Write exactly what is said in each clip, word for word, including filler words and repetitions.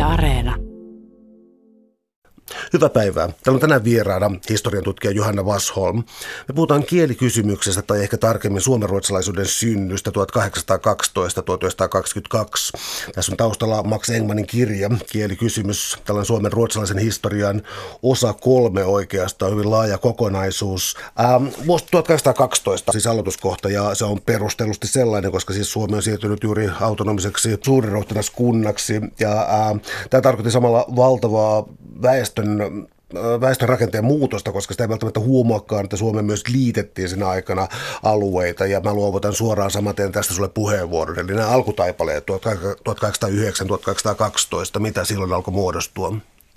Areena. Hyvää päivää. Täällä on tänään vieraana historian tutkija Johanna Wassholm. Me puhutaan kielikysymyksestä tai ehkä tarkemmin suomenruotsalaisuuden synnystä tuhatkahdeksansataakaksitoista tuhatyhdeksänsataakaksikymmentäkaksi. Tässä on taustalla Max Engmanin kirja Kielikysymys, tällainen suomen ruotsalaisen historian osa kolme oikeastaan, hyvin laaja kokonaisuus. Ähm, vuosi tuhatkahdeksansataakaksitoista siis aloituskohta ja se on perustellusti sellainen, koska siis Suomi on siirtynyt juuri autonomiseksi suuriruhtinaskunnaksi ja äh, tämä tarkoitti samalla valtavaa väestön väestön rakenteen muutosta, koska sitä ei välttämättä huomuakaan, että Suomeen myös liitettiin siinä aikana alueita, ja mä luovutan suoraan samaten tästä sulle puheenvuoron. Eli nämä alkutaipaleet tuhatkahdeksansataayhdeksän tuhatkahdeksansataakaksitoista, mitä silloin alkoi muodostua?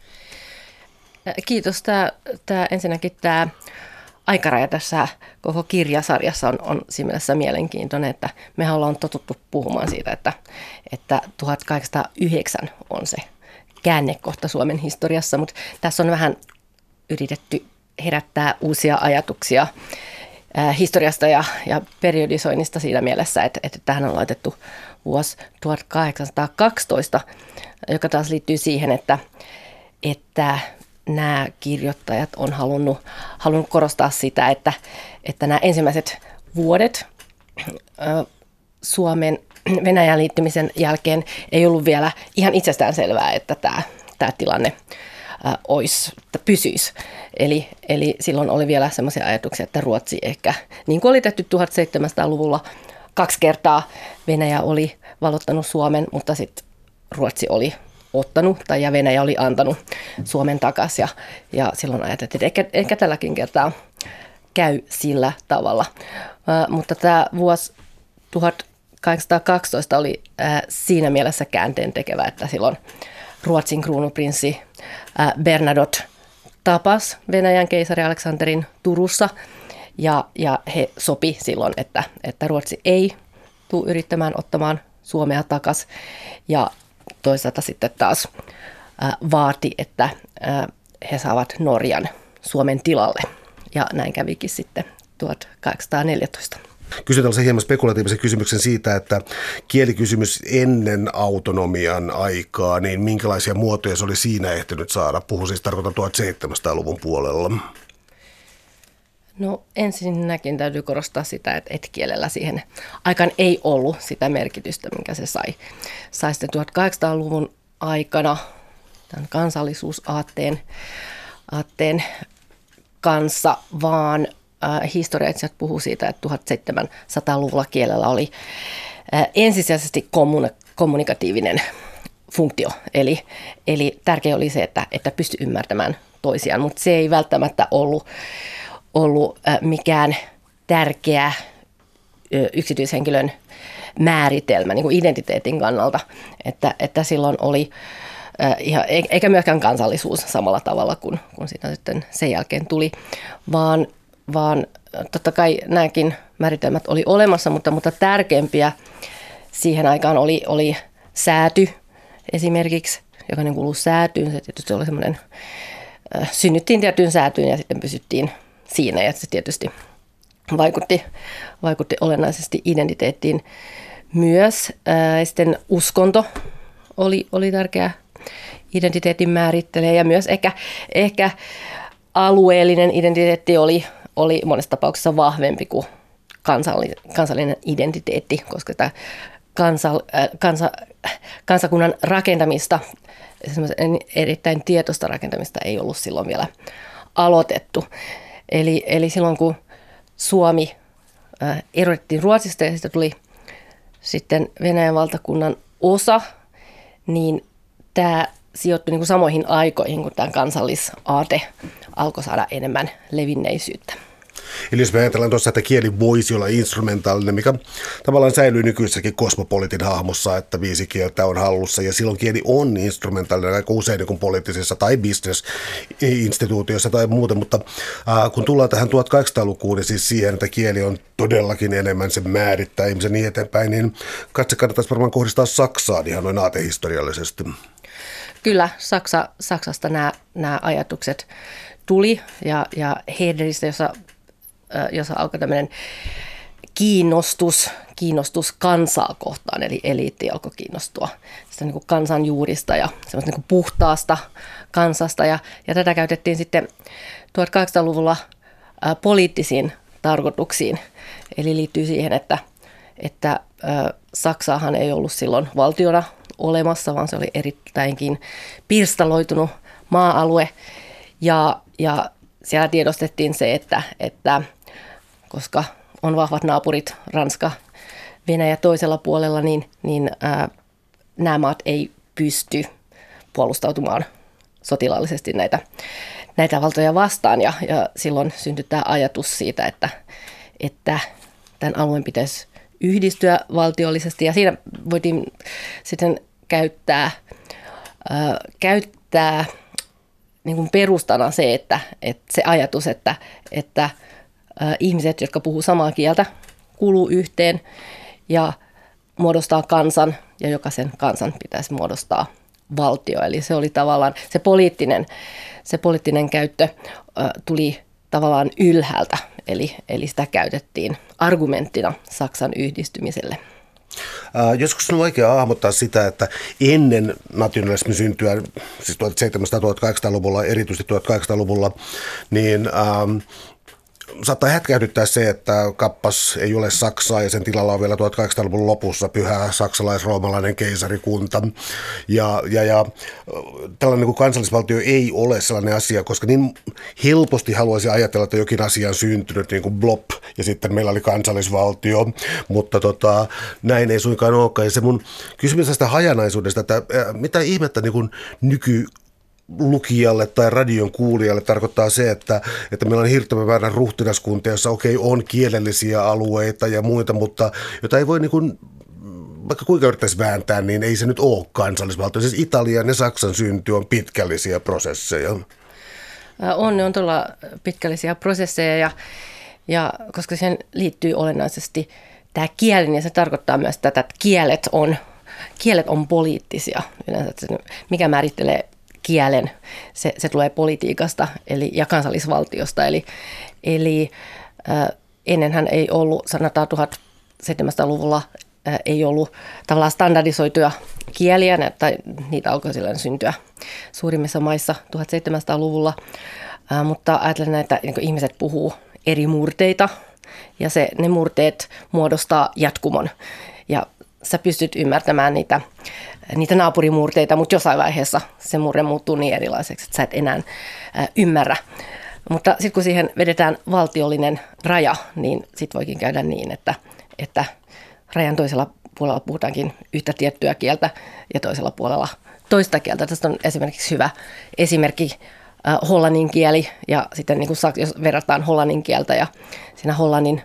Kiitos. Tämä, tämä ensinnäkin tämä aikaraja tässä koko kirjasarjassa on, on siinä mielessä mielenkiintoinen, että mehän ollaan totuttu puhumaan siitä, että, että tuhatkahdeksansataayhdeksän on se käännekohta Suomen historiassa, mutta tässä on vähän yritetty herättää uusia ajatuksia ää, historiasta ja, ja periodisoinnista siinä mielessä, että, että tähän on laitettu vuosi tuhatkahdeksansataakaksitoista, joka taas liittyy siihen, että, että nämä kirjoittajat on halunnut, halunnut korostaa sitä, että, että nämä ensimmäiset vuodet ää, Suomen Venäjän liittymisen jälkeen ei ollut vielä ihan itsestään selvää, että tämä, tämä tilanne ää, olisi, että pysyisi. Eli, eli silloin oli vielä sellaisia ajatuksia, että Ruotsi ehkä, niin kuin oli tehty tuhatseitsemänsataaluvulla, kaksi kertaa Venäjä oli valottanut Suomen, mutta sitten Ruotsi oli ottanut tai ja Venäjä oli antanut Suomen takaisin. Ja, ja silloin ajateltiin, että ehkä, ehkä tälläkin kertaa käy sillä tavalla. Ää, mutta tämä vuosi tuhatkahdeksansataakaksitoista oli äh, siinä mielessä käänteen tekevä, että silloin Ruotsin kruunuprinssi äh, Bernadotte tapasi Venäjän keisari Aleksanterin Turussa ja, ja he sopi silloin, että, että Ruotsi ei tule yrittämään ottamaan Suomea takaisin ja toisaalta sitten taas äh, vaati, että äh, he saavat Norjan Suomen tilalle ja näin kävikin sitten tuhatkahdeksansataaneljätoista. Kysyn tällaisen hieman spekulatiivisen kysymyksen siitä, että kielikysymys ennen autonomian aikaa, niin minkälaisia muotoja se oli siinä ehtinyt saada? Puhun siis tarkoitan tuhatseitsemänsataaluvun puolella. No ensinnäkin täytyy korostaa sitä, että et-kielellä siihen aikaan ei ollut sitä merkitystä, minkä se sai. Sai sitten tuhatkahdeksansataaluvun aikana tämän kansallisuusaatteen aatteen kanssa, vaan Äh, historiaitsijat puhuu siitä, että tuhatseitsemänsataaluvulla kielellä oli äh, ensisijaisesti kommuni- kommunikatiivinen funktio. Eli, eli tärkeä oli se, että, että pystyi ymmärtämään toisiaan, mutta se ei välttämättä ollut, ollut äh, mikään tärkeä äh, yksityishenkilön määritelmä niin kuin identiteetin kannalta, että, että silloin oli äh, ihan, eikä myöskään kansallisuus samalla tavalla kuin, kuin sitä sitten sen jälkeen tuli, vaan vaan totta kai nämäkin määritelmät oli olemassa, mutta, mutta tärkeimpiä siihen aikaan oli, oli sääty esimerkiksi, joka niin kuuluu säätyyn. Se tietysti oli semmoinen, äh, synnyttiin tiettyyn säätyyn ja sitten pysyttiin siinä ja se tietysti vaikutti, vaikutti olennaisesti identiteettiin myös. Äh, sitten uskonto oli, oli tärkeä identiteetin määrittelee ja myös ehkä, ehkä alueellinen identiteetti oli oli monessa tapauksessa vahvempi kuin kansallinen identiteetti, koska tämä kansa, kansa, kansakunnan rakentamista, erittäin tietoista rakentamista ei ollut silloin vielä aloitettu. Eli, eli silloin kun Suomi erotettiin Ruotsista ja siitä tuli sitten Venäjän valtakunnan osa, niin tämä sijoittui niin kuin samoihin aikoihin, kun tämä kansallisaate alkoi saada enemmän levinneisyyttä. Eli jos me ajatellaan tuossa, että kieli voisi olla instrumentaalinen, mikä tavallaan säilyy nykyisessäkin kosmopoliitin hahmossa, että viisi kieltä on hallussa, ja silloin kieli on instrumentaalinen aika usein niin kuin poliittisessa tai business-instituutiossa tai muuten, mutta äh, kun tullaan tähän tuhatkahdeksansataalukuun, niin siis siihen, että kieli on todellakin enemmän, se määrittää ihmisen niin eteenpäin, niin katse kannattaisi varmaan kohdistaa Saksaan ihan noin aatehistoriallisesti. Kyllä, Saksa, Saksasta nämä, nämä ajatukset tuli ja, ja Hederistä, jossa, jossa alkoi tämmöinen kiinnostus, kiinnostus kansaa kohtaan, eli eliitti alkoi kiinnostua sitä niin kuin kansan juurista ja semmoista niin kuin puhtaasta kansasta. Ja, ja tätä käytettiin sitten tuhatkahdeksansataaluvulla ää, poliittisiin tarkoituksiin, eli liittyy siihen, että, että ää, Saksaahan ei ollut silloin valtiona olemassa, vaan se oli erittäinkin pirstaloitunut maa-alue. Ja, ja siellä tiedostettiin se, että, että koska on vahvat naapurit, Ranska, Venäjä toisella puolella, niin, niin ää, nämä maat ei pysty puolustautumaan sotilaallisesti näitä, näitä valtoja vastaan. Ja, ja silloin syntyi tämä ajatus siitä, että, että tämän alueen pitäisi yhdistyä valtiollisesti. Ja siinä voitiin sitten käyttää, ää, käyttää niin kuin perustana se, että, että se ajatus, että, että ää, ihmiset, jotka puhuu samaa kieltä, kuuluu yhteen ja muodostaa kansan, ja jokaisen kansan pitäisi muodostaa valtio. Eli se oli tavallaan se poliittinen, se poliittinen käyttö ää, tuli tavallaan ylhäältä, eli, eli sitä käytettiin argumenttina Saksan yhdistymiselle. Äh, joskus on vaikea hahmottaa sitä, että ennen nationalismin syntyä, siis tuhatseitsemänsataatuhattakahdeksansataaluvulla, erityisesti tuhatkahdeksansataaluvulla, niin ähm, saattaa hätkähdyttää se, että kappas ei ole Saksaa ja sen tilalla on vielä tuhatkahdeksansataaluvun lopussa pyhä saksalais-roomalainen keisarikunta. Ja, ja, ja tällainen niin kuin kansallisvaltio ei ole sellainen asia, koska niin helposti haluaisi ajatella, että jokin asia on syntynyt niin kuin blop ja sitten meillä oli kansallisvaltio, mutta tota, näin ei suinkaan olekaan. Ja se mun kysymys tästä hajanaisuudesta, että mitä ihmettä niin kuin nyky lukijalle tai radion kuulijalle tarkoittaa se, että, että meillä on hirttävän määrä ruhtinaskuntia, jossa okei okay, on kielellisiä alueita ja muita, mutta jota ei voi niin kuin, vaikka kuinka yrittäisi vääntää, niin ei se nyt ole kansallisvaltio. Siis Italian ja Saksan synty on pitkällisiä prosesseja. On, ne on todella pitkällisiä prosesseja ja, ja koska siihen liittyy olennaisesti tämä kieli, niin se tarkoittaa myös tätä, että kielet on, kielet on poliittisia. Yleensä, mikä määrittelee kielen, se, se tulee politiikasta eli, ja kansallisvaltiosta. Eli, eli äh, ennenhän ei ollut, sanotaan tuhatseitsemänsataaluvulla äh, ei ollut tavallaan standardisoituja kieliä, tai niitä alkoi silloin syntyä suurimmissa maissa tuhatseitsemänsataaluvulla, äh, mutta ajattelen näitä, niin ihmiset puhuu eri murteita, ja se, ne murteet muodostaa jatkumon, ja sä pystyt ymmärtämään niitä, niitä naapurimurteita, mutta jossain vaiheessa se murre muuttuu niin erilaiseksi, että sä et enää ä, ymmärrä. Mutta sitten kun siihen vedetään valtiollinen raja, niin sitten voikin käydä niin, että, että rajan toisella puolella puhutaankin yhtä tiettyä kieltä ja toisella puolella toista kieltä. Tästä on esimerkiksi hyvä esimerkki ä, hollannin kieli, ja sitten niin kun, jos verrataan hollannin kieltä ja siinä hollannin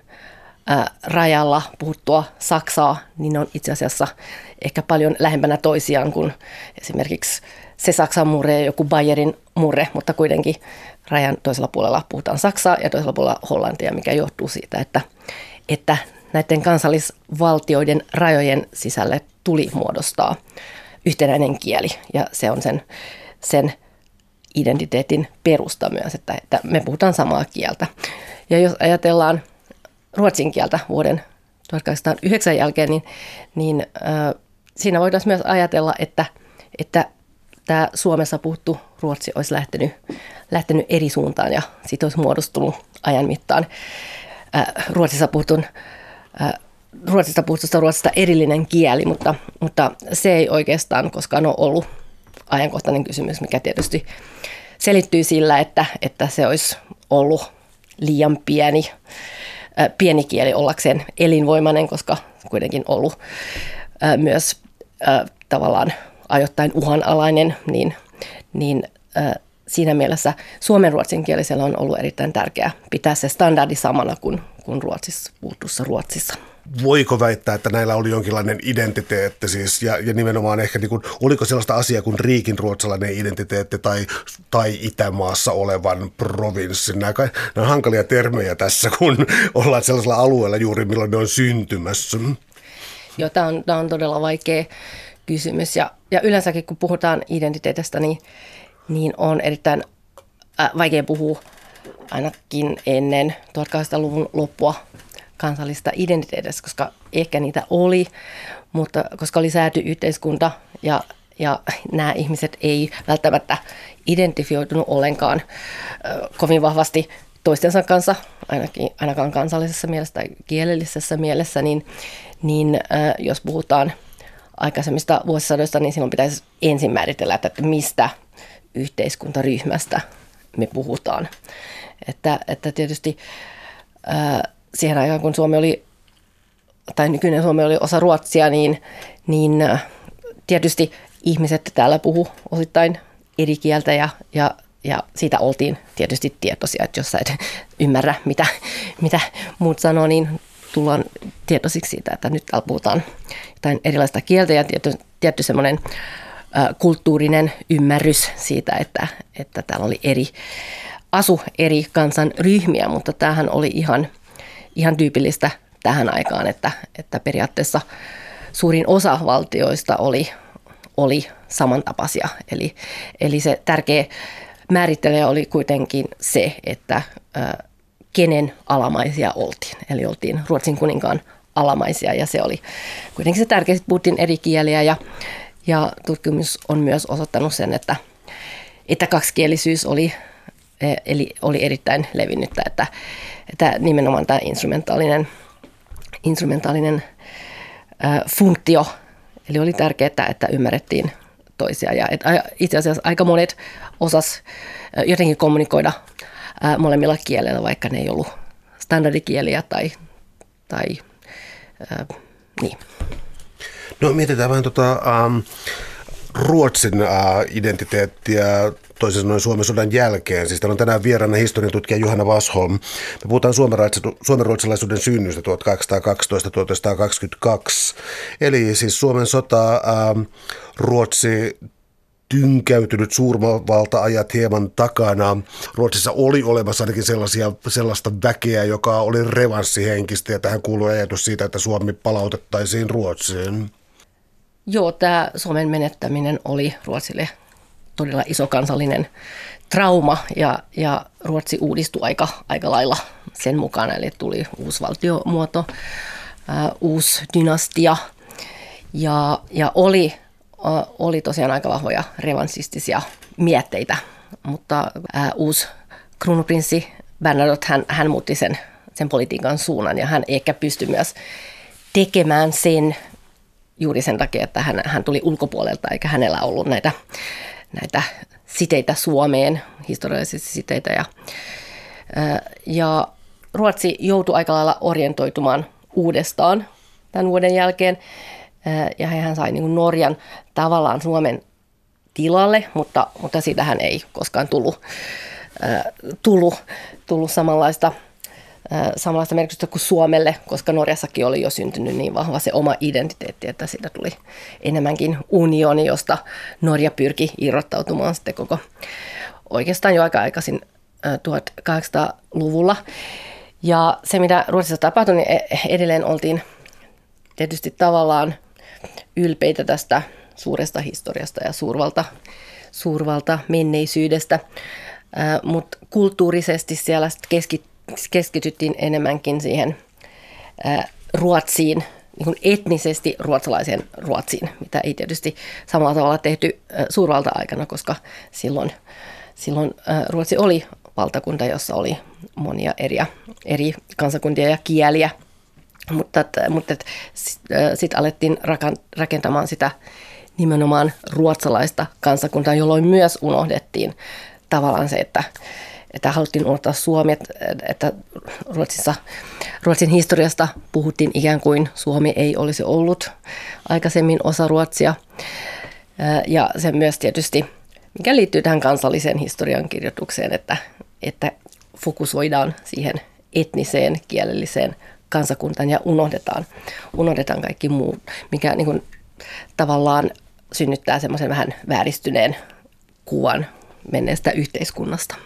rajalla puhuttua saksaa, niin ne on itse asiassa ehkä paljon lähempänä toisiaan kuin esimerkiksi se Saksan murre ja joku Bayerin murre, mutta kuitenkin rajan toisella puolella puhutaan saksaa ja toisella puolella hollantia, mikä johtuu siitä, että, että näiden kansallisvaltioiden rajojen sisälle tuli muodostaa yhtenäinen kieli, ja se on sen, sen identiteetin perusta myös, että, että me puhutaan samaa kieltä. Ja jos ajatellaan ruotsin kieltä vuoden tuhatkahdeksansataayhdeksän jälkeen, niin, niin äh, siinä voidaan myös ajatella, että, että tämä Suomessa puhuttu ruotsi olisi lähtenyt, lähtenyt eri suuntaan ja siitä olisi muodostunut ajan mittaan äh, Ruotsissa puhutun, äh, Ruotsista puhutusta Ruotsista erillinen kieli, mutta, mutta se ei oikeastaan koskaan ole ollut ajankohtainen kysymys, mikä tietysti selittyy sillä, että, että se olisi ollut liian pieni pieni kieli ollakseen elinvoimainen, koska kuitenkin ollut ää, myös ää, tavallaan ajoittain uhanalainen, niin, niin ää, siinä mielessä suomen ruotsinkielisellä on ollut erittäin tärkeää pitää se standardi samana kuin, kuin Ruotsissa, puhutussa Ruotsissa. Voiko väittää, että näillä oli jonkinlainen identiteetti siis, ja, ja nimenomaan ehkä niin kuin, oliko sellaista asiaa kuin riikinruotsalainen identiteetti tai, tai Itämaassa olevan provinssin? Nämä, nämä on hankalia termejä tässä, kun ollaan sellaisella alueella juuri milloin ne on syntymässä. Joo, tämä on, tämä on todella vaikea kysymys, ja, ja yleensäkin kun puhutaan identiteetistä, niin, niin on erittäin äh, vaikea puhua ainakin ennen tuhatkahdeksansataaluvun loppua kansallista identiteetistä, koska ehkä niitä oli, mutta koska oli sääty-yhteiskunta ja, ja nämä ihmiset ei välttämättä identifioitunut ollenkaan ö, kovin vahvasti toistensa kanssa, ainakin, ainakaan kansallisessa mielessä tai kielellisessä mielessä, niin, niin ö, jos puhutaan aikaisemmista vuosisadoista, niin silloin pitäisi ensin määritellä, että mistä yhteiskuntaryhmästä me puhutaan. Että, että tietysti ää, siihen aikaan, kun Suomi oli, tai nykyinen Suomi oli osa Ruotsia, niin, niin ää, tietysti ihmiset täällä puhu osittain eri kieltä ja, ja, ja siitä oltiin tietysti tietoisia, että jos sä et ymmärrä, mitä, mitä muut sanoo, niin tullaan tietoisiksi siitä, että nyt täällä puhutaan jotain erilaista kieltä ja tietty, tietty semmoinen ää, kulttuurinen ymmärrys siitä, että, että täällä oli eri asu eri kansanryhmiä, mutta tämähän oli ihan, ihan tyypillistä tähän aikaan, että, että periaatteessa suurin osa valtioista oli, oli samantapaisia. Eli, eli se tärkeä määrittelijä oli kuitenkin se, että ä, kenen alamaisia oltiin. Eli oltiin Ruotsin kuninkaan alamaisia ja se oli kuitenkin se tärkeä, että puhuttiin eri kieliä ja, ja tutkimus on myös osoittanut sen, että, että kaksikielisyys oli Eli oli erittäin levinnyttä, että, että nimenomaan tämä instrumentaalinen, instrumentaalinen ä, funktio, eli oli tärkeää, että ymmärrettiin toisia. Ja et, itse asiassa aika monet osas ä, jotenkin kommunikoida ä, molemmilla kielillä, vaikka ne ei ollut standardikieliä tai, tai ä, niin. No mietitään vähän tota, ähm, Ruotsin äh, identiteettiä. Toisin sanoen Suomen sodan jälkeen. Siis täällä on tänään vieraana historian tutkija Johanna Washolm. Me puhutaan suomenruotsalaisuuden synnystä tuhatkahdeksansataakaksitoista tuhatyhdeksänsataakaksikymmentäkaksi. Eli siis Suomen sota, ähm, Ruotsi tynkäytynyt suurvalta-ajat hieman takana. Ruotsissa oli olemassa ainakin sellaisia, sellaista väkeä, joka oli revanssihenkistä ja tähän kuului ajatus siitä, että Suomi palautettaisiin Ruotsiin. Joo, tämä Suomen menettäminen oli Ruotsille todella iso kansallinen trauma ja, ja Ruotsi uudistui aika, aika lailla sen mukana, eli tuli uusi valtiomuoto, ää, uusi dynastia ja, ja oli, ä, oli tosiaan aika vahvoja revanssistisia mietteitä, mutta ää, uusi kruunuprinssi Bernadotte, hän, hän muutti sen, sen politiikan suunnan ja hän ehkä pystyi myös tekemään sen juuri sen takia, että hän, hän tuli ulkopuolelta eikä hänellä ollut näitä näitä siteitä Suomeen, historiallisia siteitä. Ja, ja Ruotsi joutui aika lailla orientoitumaan uudestaan tämän vuoden jälkeen. Ja hän sai niin kuin Norjan tavallaan Suomen tilalle, mutta, mutta siitähän ei koskaan tullut, tullut, tullut samanlaista, samanlaista merkitystä kuin Suomelle, koska Norjassakin oli jo syntynyt niin vahva se oma identiteetti, että siitä tuli enemmänkin unioni, josta Norja pyrki irrottautumaan sitten koko oikeastaan jo aika aikaisin tuhatkahdeksansataaluvulla. Ja se, mitä Ruotsissa tapahtui, niin edelleen oltiin tietysti tavallaan ylpeitä tästä suuresta historiasta ja suurvalta, suurvalta menneisyydestä, mutta kulttuurisesti siellä keskittyy keskityttiin enemmänkin siihen ää, Ruotsiin, niin kuin etnisesti ruotsalaiseen Ruotsiin, mitä ei tietysti samalla tavalla tehty ää, suurvalta-aikana, koska silloin, silloin ää, Ruotsi oli valtakunta, jossa oli monia eri, eri kansakuntia ja kieliä, mutta, mutta sitten sit alettiin rakentamaan sitä nimenomaan ruotsalaista kansakuntaa, jolloin myös unohdettiin tavallaan se, että että haluttiin unohtaa Suomi, että Ruotsissa, Ruotsin historiasta puhuttiin ikään kuin Suomi ei olisi ollut aikaisemmin osa Ruotsia. Ja se myös tietysti, mikä liittyy tähän kansalliseen historian kirjoitukseen, että, että fokusoidaan siihen etniseen, kielelliseen kansakuntaan ja unohdetaan, unohdetaan kaikki muu, mikä niin kuin tavallaan synnyttää semmoisen vähän vääristyneen kuvan menneestä yhteiskunnasta.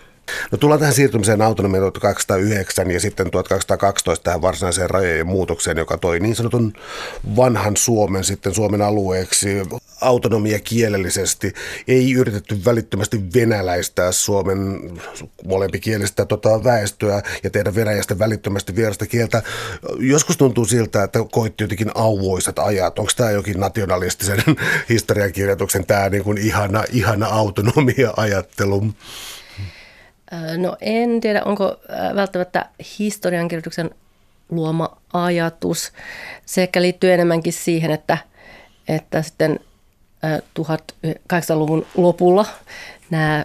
No tullaan tähän siirtymiseen autonomiaan tuhatkahdeksansataayhdeksän ja sitten tuhatkahdeksansataakaksitoista tähän varsinaiseen rajojen muutokseen, joka toi niin sanotun vanhan Suomen sitten Suomen alueeksi. Autonomia kielellisesti, ei yritetty välittömästi venäläistää Suomen molempikielistä tota väestöä ja tehdä Venäjästä välittömästi vierasta kieltä. Joskus tuntuu siltä, että koitti jotenkin auvoisat ajat. Onko tämä jokin nationalistisen historiankirjoituksen tämä niin kuin ihana, ihana autonomia-ajattelu? No en tiedä, onko välttämättä historiankirjoituksen luoma ajatus. Se ehkä liittyy enemmänkin siihen, että, että sitten tuhatkahdeksansataaluvun lopulla nämä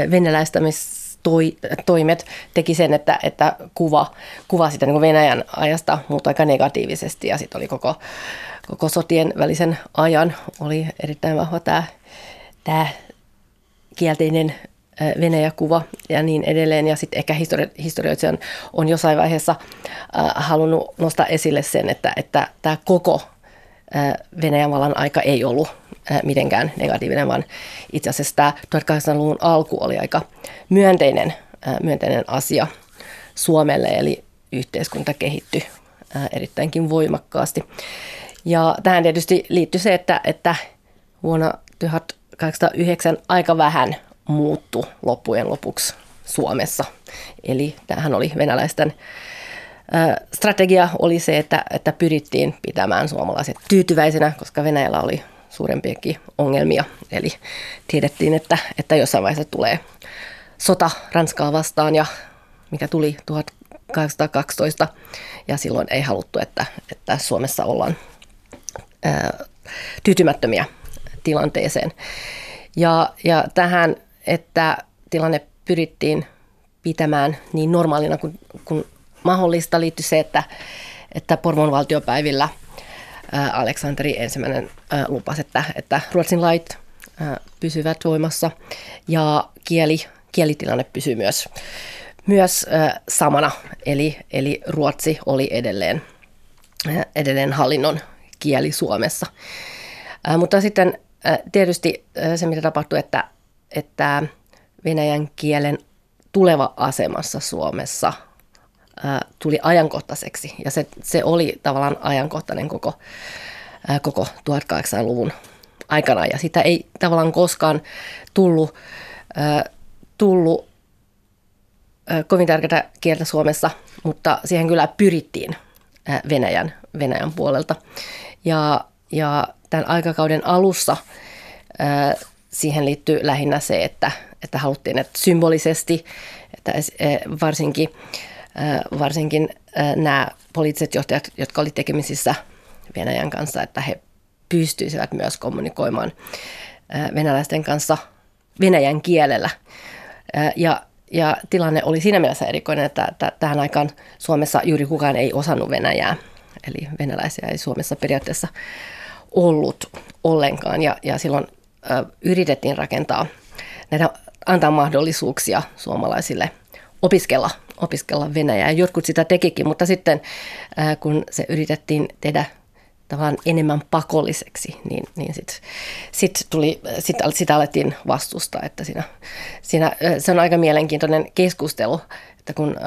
venäläistämistoimet teki sen, että, että kuva, kuva sitä niin kuin Venäjän ajasta muuttui aika negatiivisesti ja sitten oli koko, koko sotien välisen ajan oli erittäin vahva tämä, tämä kielteinen Venäjä-kuva ja niin edelleen. Ja sitten ehkä histori- historioitsija on, on jossain vaiheessa äh, halunnut nostaa esille sen, että, että tämä koko äh, Venäjän vallan aika ei ollut äh, mitenkään negatiivinen, vaan itse asiassa tämä tuhatkahdeksansataaluvun alku oli aika myönteinen, äh, myönteinen asia Suomelle, eli yhteiskunta kehittyi äh, erittäinkin voimakkaasti. Ja tähän tietysti liittyy se, että, että vuonna tuhatkahdeksansataayhdeksän aika vähän muuttui loppujen lopuksi Suomessa. Eli tämähän oli venäläisten strategia oli se, että, että pyrittiin pitämään suomalaiset tyytyväisenä, koska Venäjällä oli suurempiakin ongelmia. Eli tiedettiin, että, että jossain vaiheessa tulee sota Ranskaa vastaan, ja mikä tuli tuhatkahdeksansataakaksitoista, ja silloin ei haluttu, että, että Suomessa ollaan ää, tyytymättömiä tilanteeseen. Ja, ja tähän, että tilanne pyrittiin pitämään niin normaalina kuin, kuin mahdollista, liittyi se, että, että Porvoon valtiopäivillä ää, Aleksanteri ensimmäinen ää, lupasi, että, että Ruotsin lait ää, pysyvät voimassa ja kieli, kielitilanne pysyy myös, myös ää, samana, eli, eli Ruotsi oli edelleen, ää, edelleen hallinnon kieli Suomessa. Ää, mutta sitten ää, tietysti ää, se, mitä tapahtui, että, että venäjän kielen tuleva asemassa Suomessa ää, tuli ajankohtaiseksi, ja se, se oli tavallaan ajankohtainen koko, ää, koko tuhatkahdeksansataaluvun aikana, ja sitä ei tavallaan koskaan tullut, ää, tullut ää, kovin tärkeää kieltä Suomessa, mutta siihen kyllä pyrittiin ää, Venäjän, Venäjän puolelta. Ja, ja tämän aikakauden alussa ää, siihen liittyy lähinnä se, että, että haluttiin, että symbolisesti, että varsinkin, varsinkin nämä poliittiset johtajat, jotka olivat tekemisissä Venäjän kanssa, että he pystyisivät myös kommunikoimaan venäläisten kanssa venäjän kielellä. Ja, ja tilanne oli siinä mielessä erikoinen, että, että tähän aikaan Suomessa juuri kukaan ei osannut venäjää, eli venäläisiä ei Suomessa periaatteessa ollut ollenkaan, ja, ja silloin yritettiin rakentaa näitä, antaa mahdollisuuksia suomalaisille opiskella, opiskella venäjää. Jotkut sitä tekikin, mutta sitten kun se yritettiin tehdä tavallaan enemmän pakolliseksi, niin, niin sitten sit tuli, sit, sitä alettiin vastustaa. Että siinä, siinä, se on aika mielenkiintoinen keskustelu, että kun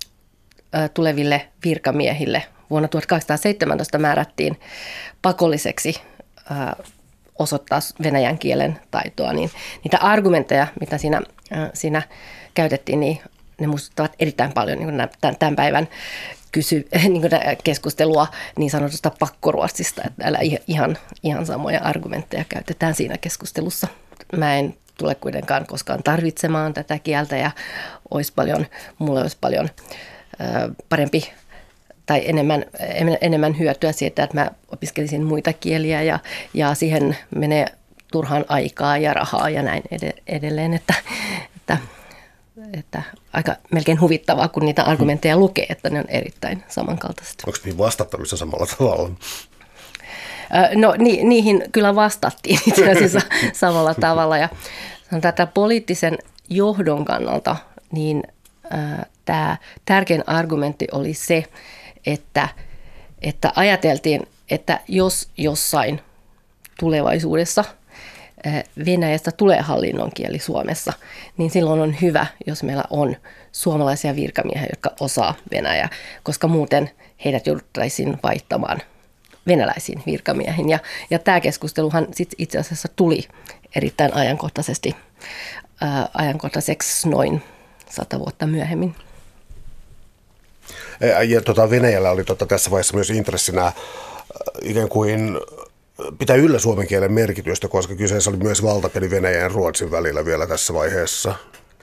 ää, tuleville virkamiehille vuonna tuhatkahdeksansataaseitsemäntoista määrättiin pakolliseksi ää, osoittaa venäjän kielen taitoa, niin niitä argumentteja, mitä siinä, äh, siinä käytettiin, niin ne muistuttavat erittäin paljon niin kuin tämän, tämän päivän kysy, niin kuin keskustelua niin sanotusta pakkoruotsista, että älä ihan, ihan samoja argumentteja käytetään siinä keskustelussa. Mä en tule kuitenkaan koskaan tarvitsemaan tätä kieltä, ja olisi paljon, mulle olisi paljon äh, parempi tai enemmän, enemmän hyötyä siitä, että mä opiskelisin muita kieliä, ja, ja siihen menee turhaan aikaa ja rahaa ja näin edelleen, että, että, että aika melkein huvittavaa, kun niitä argumentteja lukee, että ne on erittäin samankaltaiset. Onko niihin vastattavissa samalla tavalla? No ni, niihin kyllä vastattiin itse asiassa samalla tavalla, ja tätä poliittisen johdon kannalta niin äh, tämä tärkein argumentti oli se, Että, että ajateltiin, että jos jossain tulevaisuudessa Venäjästä tulee hallinnon kieli Suomessa, niin silloin on hyvä, jos meillä on suomalaisia virkamiehiä, jotka osaa venäjää, koska muuten heidät jouduttaisiin vaihtamaan venäläisiin virkamiehiin. Ja, ja tämä keskusteluhan sit itse asiassa tuli erittäin ajankohtaisesti, ää, ajankohtaiseksi noin sata vuotta myöhemmin. Ja tota, Venäjällä oli tota, tässä vaiheessa myös intressinä äh, ikään kuin pitää yllä suomen kielen merkitystä, koska kyseessä oli myös valtapeli Venäjän ja Ruotsin välillä vielä tässä vaiheessa.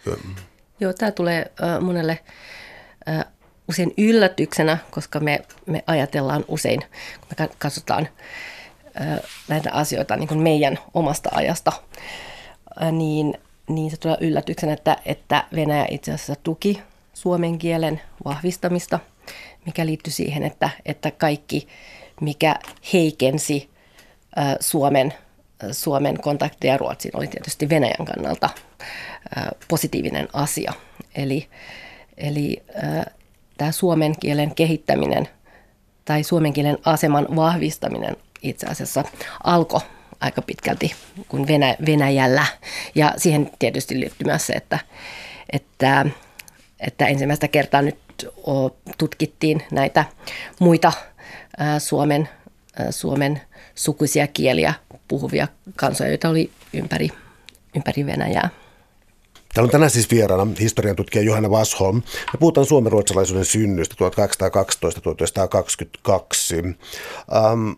Joo, tämä tulee äh, monelle äh, usein yllätyksenä, koska me, me ajatellaan usein, kun me katsotaan äh, näitä asioita niin kuin meidän omasta ajasta, äh, niin, niin se tulee yllätyksenä, että, että Venäjä itse asiassa tuki suomen kielen vahvistamista, mikä liittyy siihen, että, että kaikki, mikä heikensi äh, Suomen, äh, Suomen kontakteja Ruotsiin, oli tietysti Venäjän kannalta äh, positiivinen asia. Eli, eli äh, tämä suomen kielen kehittäminen tai suomen kielen aseman vahvistaminen itse asiassa alkoi aika pitkälti kuin Venä, Venäjällä. Ja siihen tietysti liittyy myös se, että, että että ensimmäistä kertaa nyt tutkittiin näitä muita Suomen, Suomen sukuisia kieliä puhuvia kansoja, joita oli ympäri, ympäri Venäjää. Täällä on tänään siis vieraana historian tutkija Johanna Washolm. Me puhutaan suomenruotsalaisuuden synnystä tuhatkahdeksansataakaksitoista tuhatyhdeksänsataakaksikymmentäkaksi. Um,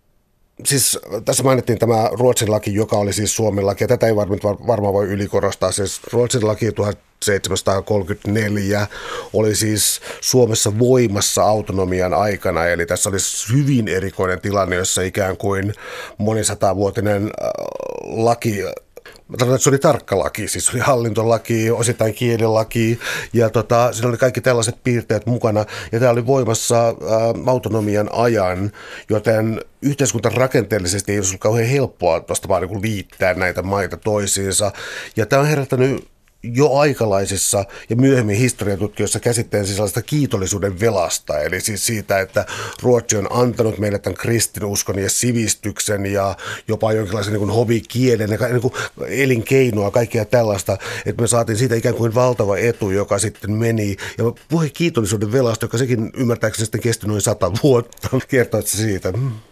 Siis tässä mainittiin tämä Ruotsin laki, joka oli siis Suomen laki, ja tätä ei varmaan varma voi ylikorostaa. Siis Ruotsin laki tuhatseitsemänsataakolmekymmentäneljä oli siis Suomessa voimassa autonomian aikana, eli tässä oli hyvin erikoinen tilanne, jossa ikään kuin monisatavuotinen laki, mä tarkoitan, että se oli tarkka laki, siis oli hallintolaki, osittain kielilaki, ja tota, siinä oli kaikki tällaiset piirteet mukana, ja tämä oli voimassa ä, autonomian ajan, joten yhteiskunta rakenteellisesti ei ollut kauhean helppoa tuosta vaan niin liittää näitä maita toisiinsa, ja tämä on herättänyt jo aikalaisissa ja myöhemmin historiatutkijoissa käsitteen sellaista kiitollisuuden velasta, eli siis siitä, että Ruotsi on antanut meille tämän kristinuskon ja sivistyksen ja jopa jonkinlaisen niin kuin hovikielen ja niin kuin elinkeinoa, kaikkea tällaista, että me saatiin siitä ikään kuin valtava etu, joka sitten meni, ja puhe kiitollisuuden velasta, joka sekin ymmärtääkseni sitten kesti noin sata vuotta, kertoit siitä.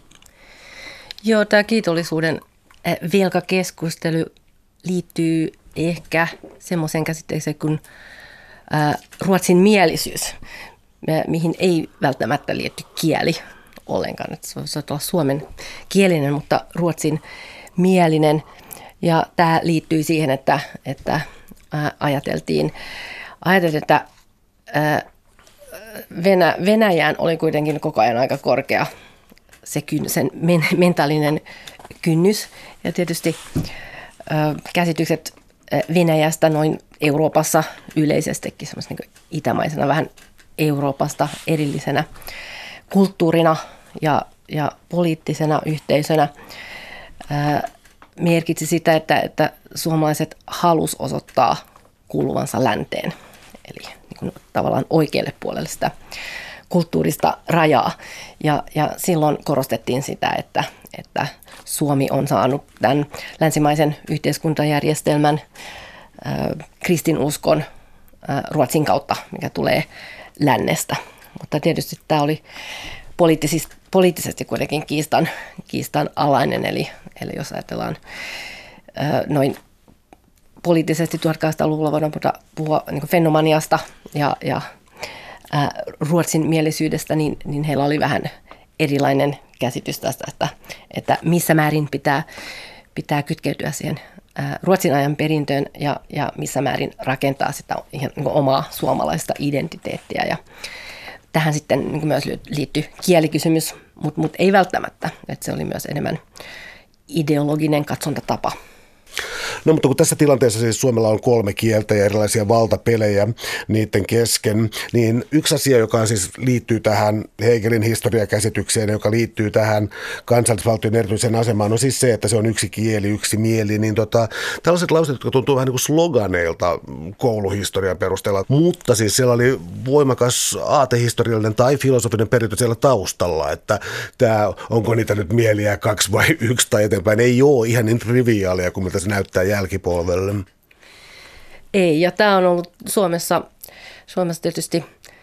Joo, tämä kiitollisuuden velkakeskustelu liittyy ehkä semmoiseen käsitteeseen kuin ää, ruotsin mielisyys, mihin ei välttämättä liity kieli ollenkaan. Että se voisi olla suomen kielinen, mutta ruotsin mielinen. Ja tämä liittyy siihen, että, että ää, ajateltiin, ajateltiin, että ää, Venä, Venäjään oli kuitenkin koko ajan aika korkea se kyn, sen men, mentaalinen kynnys. Ja tietysti ää, käsitykset Venäjästä noin Euroopassa yleisestikin semmoisena niin itämaisena, vähän Euroopasta erillisenä kulttuurina ja, ja poliittisena yhteisönä ää, merkitsi sitä, että, että suomalaiset halus osoittaa kuuluvansa länteen, eli niin kuin tavallaan oikealle puolelle sitä kulttuurista rajaa. Ja, ja silloin korostettiin sitä, että, että Suomi on saanut tämän länsimaisen yhteiskuntajärjestelmän äh, kristinuskon äh, Ruotsin kautta, mikä tulee lännestä. Mutta tietysti tämä oli poliittisesti, poliittisesti kuitenkin kiistan, kiistan alainen, eli, eli jos ajatellaan äh, noin poliittisesti tuhatkahdeksansataaluvulla voidaan puhua, puhua niin fenomaniasta ja, ja ää, Ruotsin mielisyydestä, niin, niin heillä oli vähän erilainen käsitys tästä, että, että missä määrin pitää, pitää kytkeytyä siihen ää, Ruotsin ajan perintöön ja, ja missä määrin rakentaa sitä ihan niin omaa suomalaista identiteettiä. Ja tähän sitten niin myös liittyy kielikysymys, mutta mut ei välttämättä, että se oli myös enemmän ideologinen katsontatapa. No mutta kun tässä tilanteessa siis Suomella on kolme kieltä ja erilaisia valtapelejä niiden kesken, niin yksi asia, joka siis liittyy tähän Hegelin historiakäsitykseen, joka liittyy tähän kansallisvaltion erityiseen asemaan, on siis se, että se on yksi kieli, yksi mieli, niin tota, tällaiset lauseet, jotka tuntuu vähän niin kuin sloganeilta kouluhistorian perusteella, mutta siis siellä oli voimakas aatehistoriallinen tai filosofinen perintö siellä taustalla, että tämä, onko niitä nyt mieliä kaksi vai yksi tai eteenpäin, ei ole ihan niin triviaalia kuin miltä se näyttää jälkipolvelle. Ei, ja tämä on ollut Suomessa, Suomessa tietysti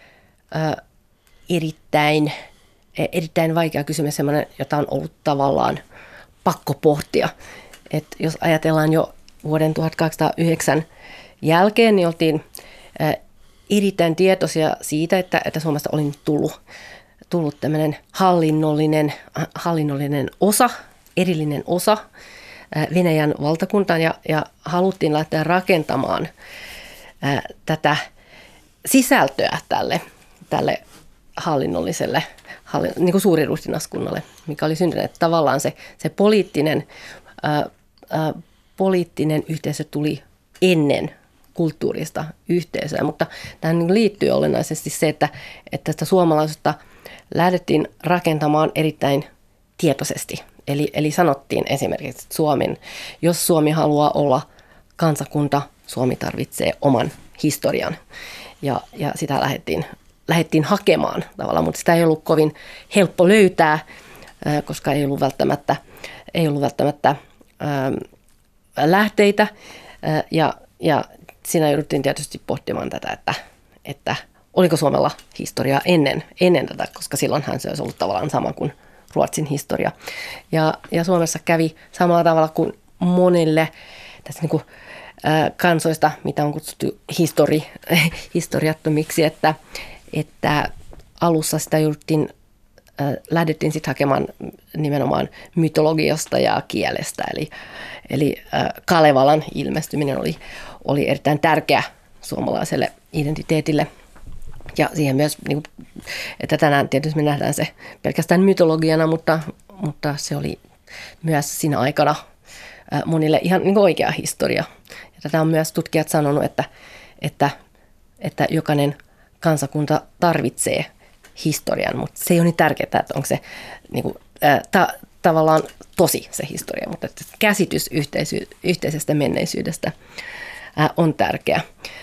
äh, erittäin, erittäin vaikea kysymys, sellainen, jota on ollut tavallaan pakko pohtia. Et jos ajatellaan jo vuoden tuhatkahdeksansataayhdeksän jälkeen, niin oltiin äh, erittäin tietoisia siitä, että, että Suomesta oli nyt tullut, tullut tämmöinen hallinnollinen, hallinnollinen osa, erillinen osa Venäjän valtakuntaan ja, ja haluttiin lähteä rakentamaan ää, tätä sisältöä tälle, tälle hallinnolliselle hallin, niin kuin suuriruhtinaskunnalle, mikä oli syntynyt. Että tavallaan se, se poliittinen, ää, ää, poliittinen yhteisö tuli ennen kulttuurista yhteisöä, mutta tähän liittyy olennaisesti se, että, että tästä suomalaisuutta lähdettiin rakentamaan erittäin tietoisesti. Eli, eli sanottiin esimerkiksi, että Suomen, jos Suomi haluaa olla kansakunta, Suomi tarvitsee oman historian. Ja, ja sitä lähdettiin, lähdettiin hakemaan tavallaan, mutta sitä ei ollut kovin helppo löytää, koska ei ollut välttämättä, ei ollut välttämättä ää, lähteitä. Ja, ja siinä jouduttiin tietysti pohtimaan tätä, että, että oliko Suomella historiaa ennen, ennen tätä, koska silloinhan se olisi ollut tavallaan sama kuin Ruotsin historia. Ja, ja Suomessa kävi samalla tavalla kuin monille tässä niin kuin, ä, kansoista, mitä on kutsuttu histori, historiattomiksi, että, että alussa sitä jouduttiin, ä, lähdettiin sitten hakemaan nimenomaan mytologiasta ja kielestä. Eli, eli ä, Kalevalan ilmestyminen oli, oli erittäin tärkeä suomalaiselle identiteetille. Ja siihen myös, niin kuin, että tänään tietysti me nähdään se pelkästään mytologiana, mutta, mutta se oli myös siinä aikana monille ihan niin kuin oikea historia. Ja tätä on myös tutkijat sanonut, että, että, että jokainen kansakunta tarvitsee historian, mutta se ei ole niin tärkeää, että onko se niin kuin, ta, tavallaan tosi se historia, mutta että käsitys yhteisy, yhteisestä menneisyydestä on tärkeä.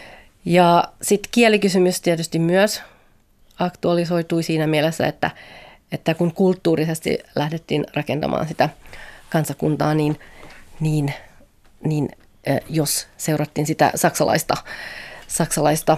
Ja sitten kielikysymys tietysti myös aktualisoitui siinä mielessä, että, että kun kulttuurisesti lähdettiin rakentamaan sitä kansakuntaa, niin, niin, niin jos seurattiin sitä saksalaista, saksalaista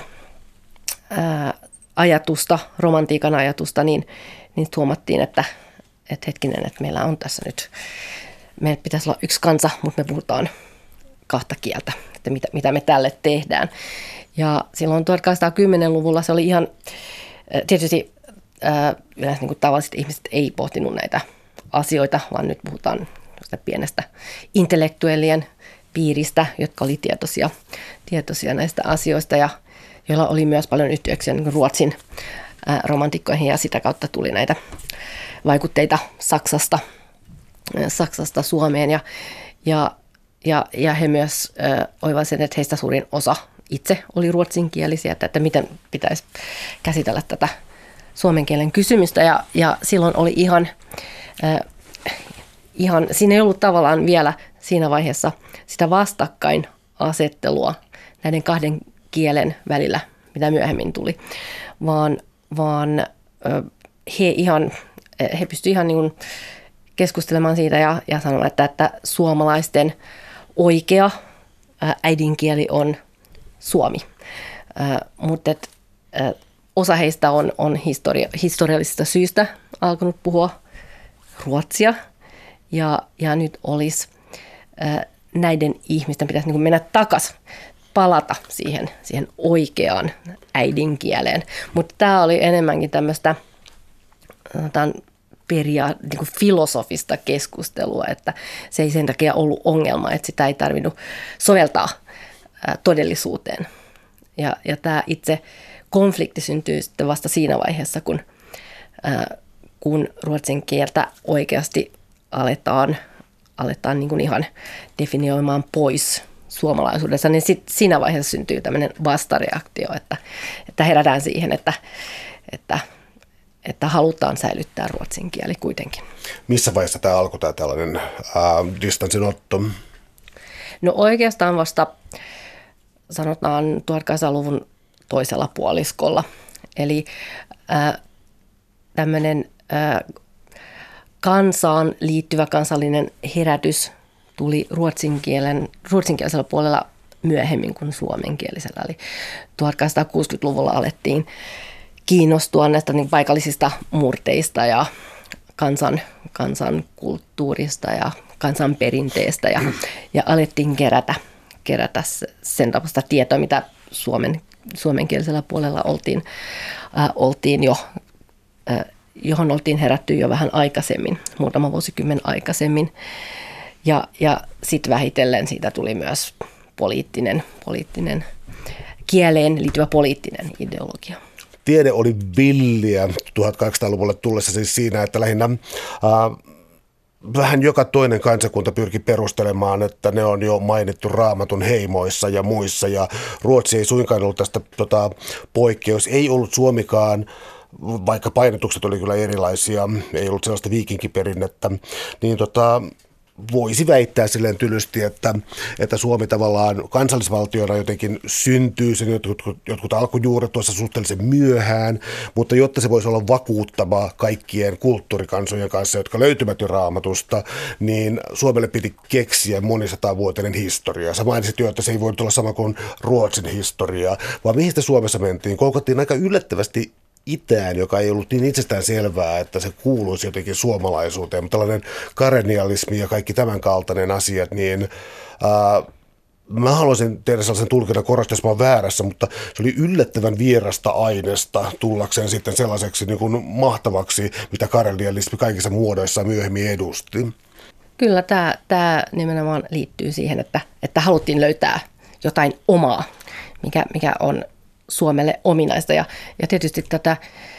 ää, ajatusta, romantiikan ajatusta, niin, niin huomattiin, että, että hetkinen, että meillä on tässä nyt, meillä pitäisi olla yksi kansa, mutta me puhutaan kahta kieltä, että mitä, mitä me tälle tehdään. Ja silloin tuhatkahdeksansataakymmenluvulla se oli ihan, tietysti ää, yleensä niin kuin tavalliset ihmiset ei pohtinut näitä asioita, vaan nyt puhutaan pienestä intellektuellien piiristä, jotka oli tietoisia, tietoisia näistä asioista ja joilla oli myös paljon yhteyksiä niin kuin Ruotsin ää, romantikkoihin ja sitä kautta tuli näitä vaikutteita Saksasta, ää, Saksasta Suomeen ja, ja, ja, ja he myös ää, oivalsivat, että heistä suurin osa itse oli ruotsinkielisiä, että, että miten pitäisi käsitellä tätä suomen kielen kysymystä. Ja, ja silloin oli ihan, äh, ihan, siinä ei ollut tavallaan vielä siinä vaiheessa sitä vastakkainasettelua näiden kahden kielen välillä, mitä myöhemmin tuli, vaan, vaan äh, he, ihan, he pystyivät ihan niin kuin keskustelemaan siitä ja, ja sanomaan, että, että suomalaisten oikea äh, äidinkieli on suomi, äh, mutta et, äh, osa heistä on, on historia, historiallisista syistä alkanut puhua ruotsia ja, ja nyt olisi äh, näiden ihmisten pitäisi niin kuin mennä takaisin, palata siihen, siihen oikeaan äidinkieleen, mutta tämä oli enemmänkin tämmöistä peria- niin kuin filosofista keskustelua, että se ei sen takia ollut ongelma, että sitä ei tarvinnut soveltaa todellisuuteen. Ja, ja tämä itse konflikti syntyy sitten vasta siinä vaiheessa, kun, ää, kun ruotsin kieltä oikeasti aletaan, aletaan niin kuin ihan definioimaan pois, suomalaisuudessa, niin sit siinä vaiheessa syntyy tämmöinen vastareaktio, että, että herätään siihen, että, että, että halutaan säilyttää ruotsin kieli kuitenkin. Missä vaiheessa tämä alkoi, tämä tällainen ää, distanssinotto? No oikeastaan vasta sanotaan tuhatkahdeksansataaluvun toisella puoliskolla. Eli ää, tämmöinen ää, kansaan liittyvä kansallinen herätys tuli ruotsin kielen, ruotsinkielisellä puolella myöhemmin kuin suomenkielisellä. Eli tuhatkahdeksansataakuusikymmentäluvulla alettiin kiinnostua näistä niin paikallisista murteista ja kansan, kansan kulttuurista ja kansan perinteestä ja, ja alettiin kerätä, kerätä sen tapaista tietoa, mitä suomen, suomenkielisellä puolella oltiin, äh, oltiin jo, äh, johon oltiin herätty jo vähän aikaisemmin, muutama vuosikymmen aikaisemmin. Ja, ja sitten vähitellen siitä tuli myös poliittinen, poliittinen kieleen liittyvä poliittinen ideologia. Tiede oli villiä tuhatkahdeksansataaluvulle tullessa siis siinä, että lähinnä äh, vähän joka toinen kansakunta pyrki perustelemaan, että ne on jo mainittu Raamatun heimoissa ja muissa, ja Ruotsi ei suinkaan ollut tästä tota, poikkeus. Ei ollut Suomikaan, vaikka painotukset oli kyllä erilaisia, ei ollut sellaista viikinkiperinnettä, niin tota, voisi väittää silleen tylysti, että, että Suomi tavallaan kansallisvaltiona jotenkin syntyy, sen jotkut, jotkut alkujuuret tuossa suhteellisen myöhään, mutta jotta se voisi olla vakuuttava kaikkien kulttuurikansojen kanssa, jotka löytyvät jo Raamatusta, niin Suomelle piti keksiä monisatavuotinen historia. Sä mainitsit jo, että se ei voi olla sama kuin Ruotsin historia, vaan mihin sitä Suomessa mentiin? Koukattiin aika yllättävästi itään, joka ei ollut niin itsestään selvää, että se kuuluisi jotenkin suomalaisuuteen, mutta tällainen karenialismi ja kaikki tämän kaltainen asiat, niin ää, mä haluaisin tehdä sellaisen tulkinnan korostaa, jos mä oon väärässä, mutta se oli yllättävän vierasta aineesta tullakseen sitten sellaiseksi niin kuin mahtavaksi, mitä karenialismi kaikissa muodoissa myöhemmin edusti. Kyllä tämä, tämä nimenomaan liittyy siihen, että, että haluttiin löytää jotain omaa, mikä, mikä on Suomelle ominaista. Ja, ja tietysti tätä,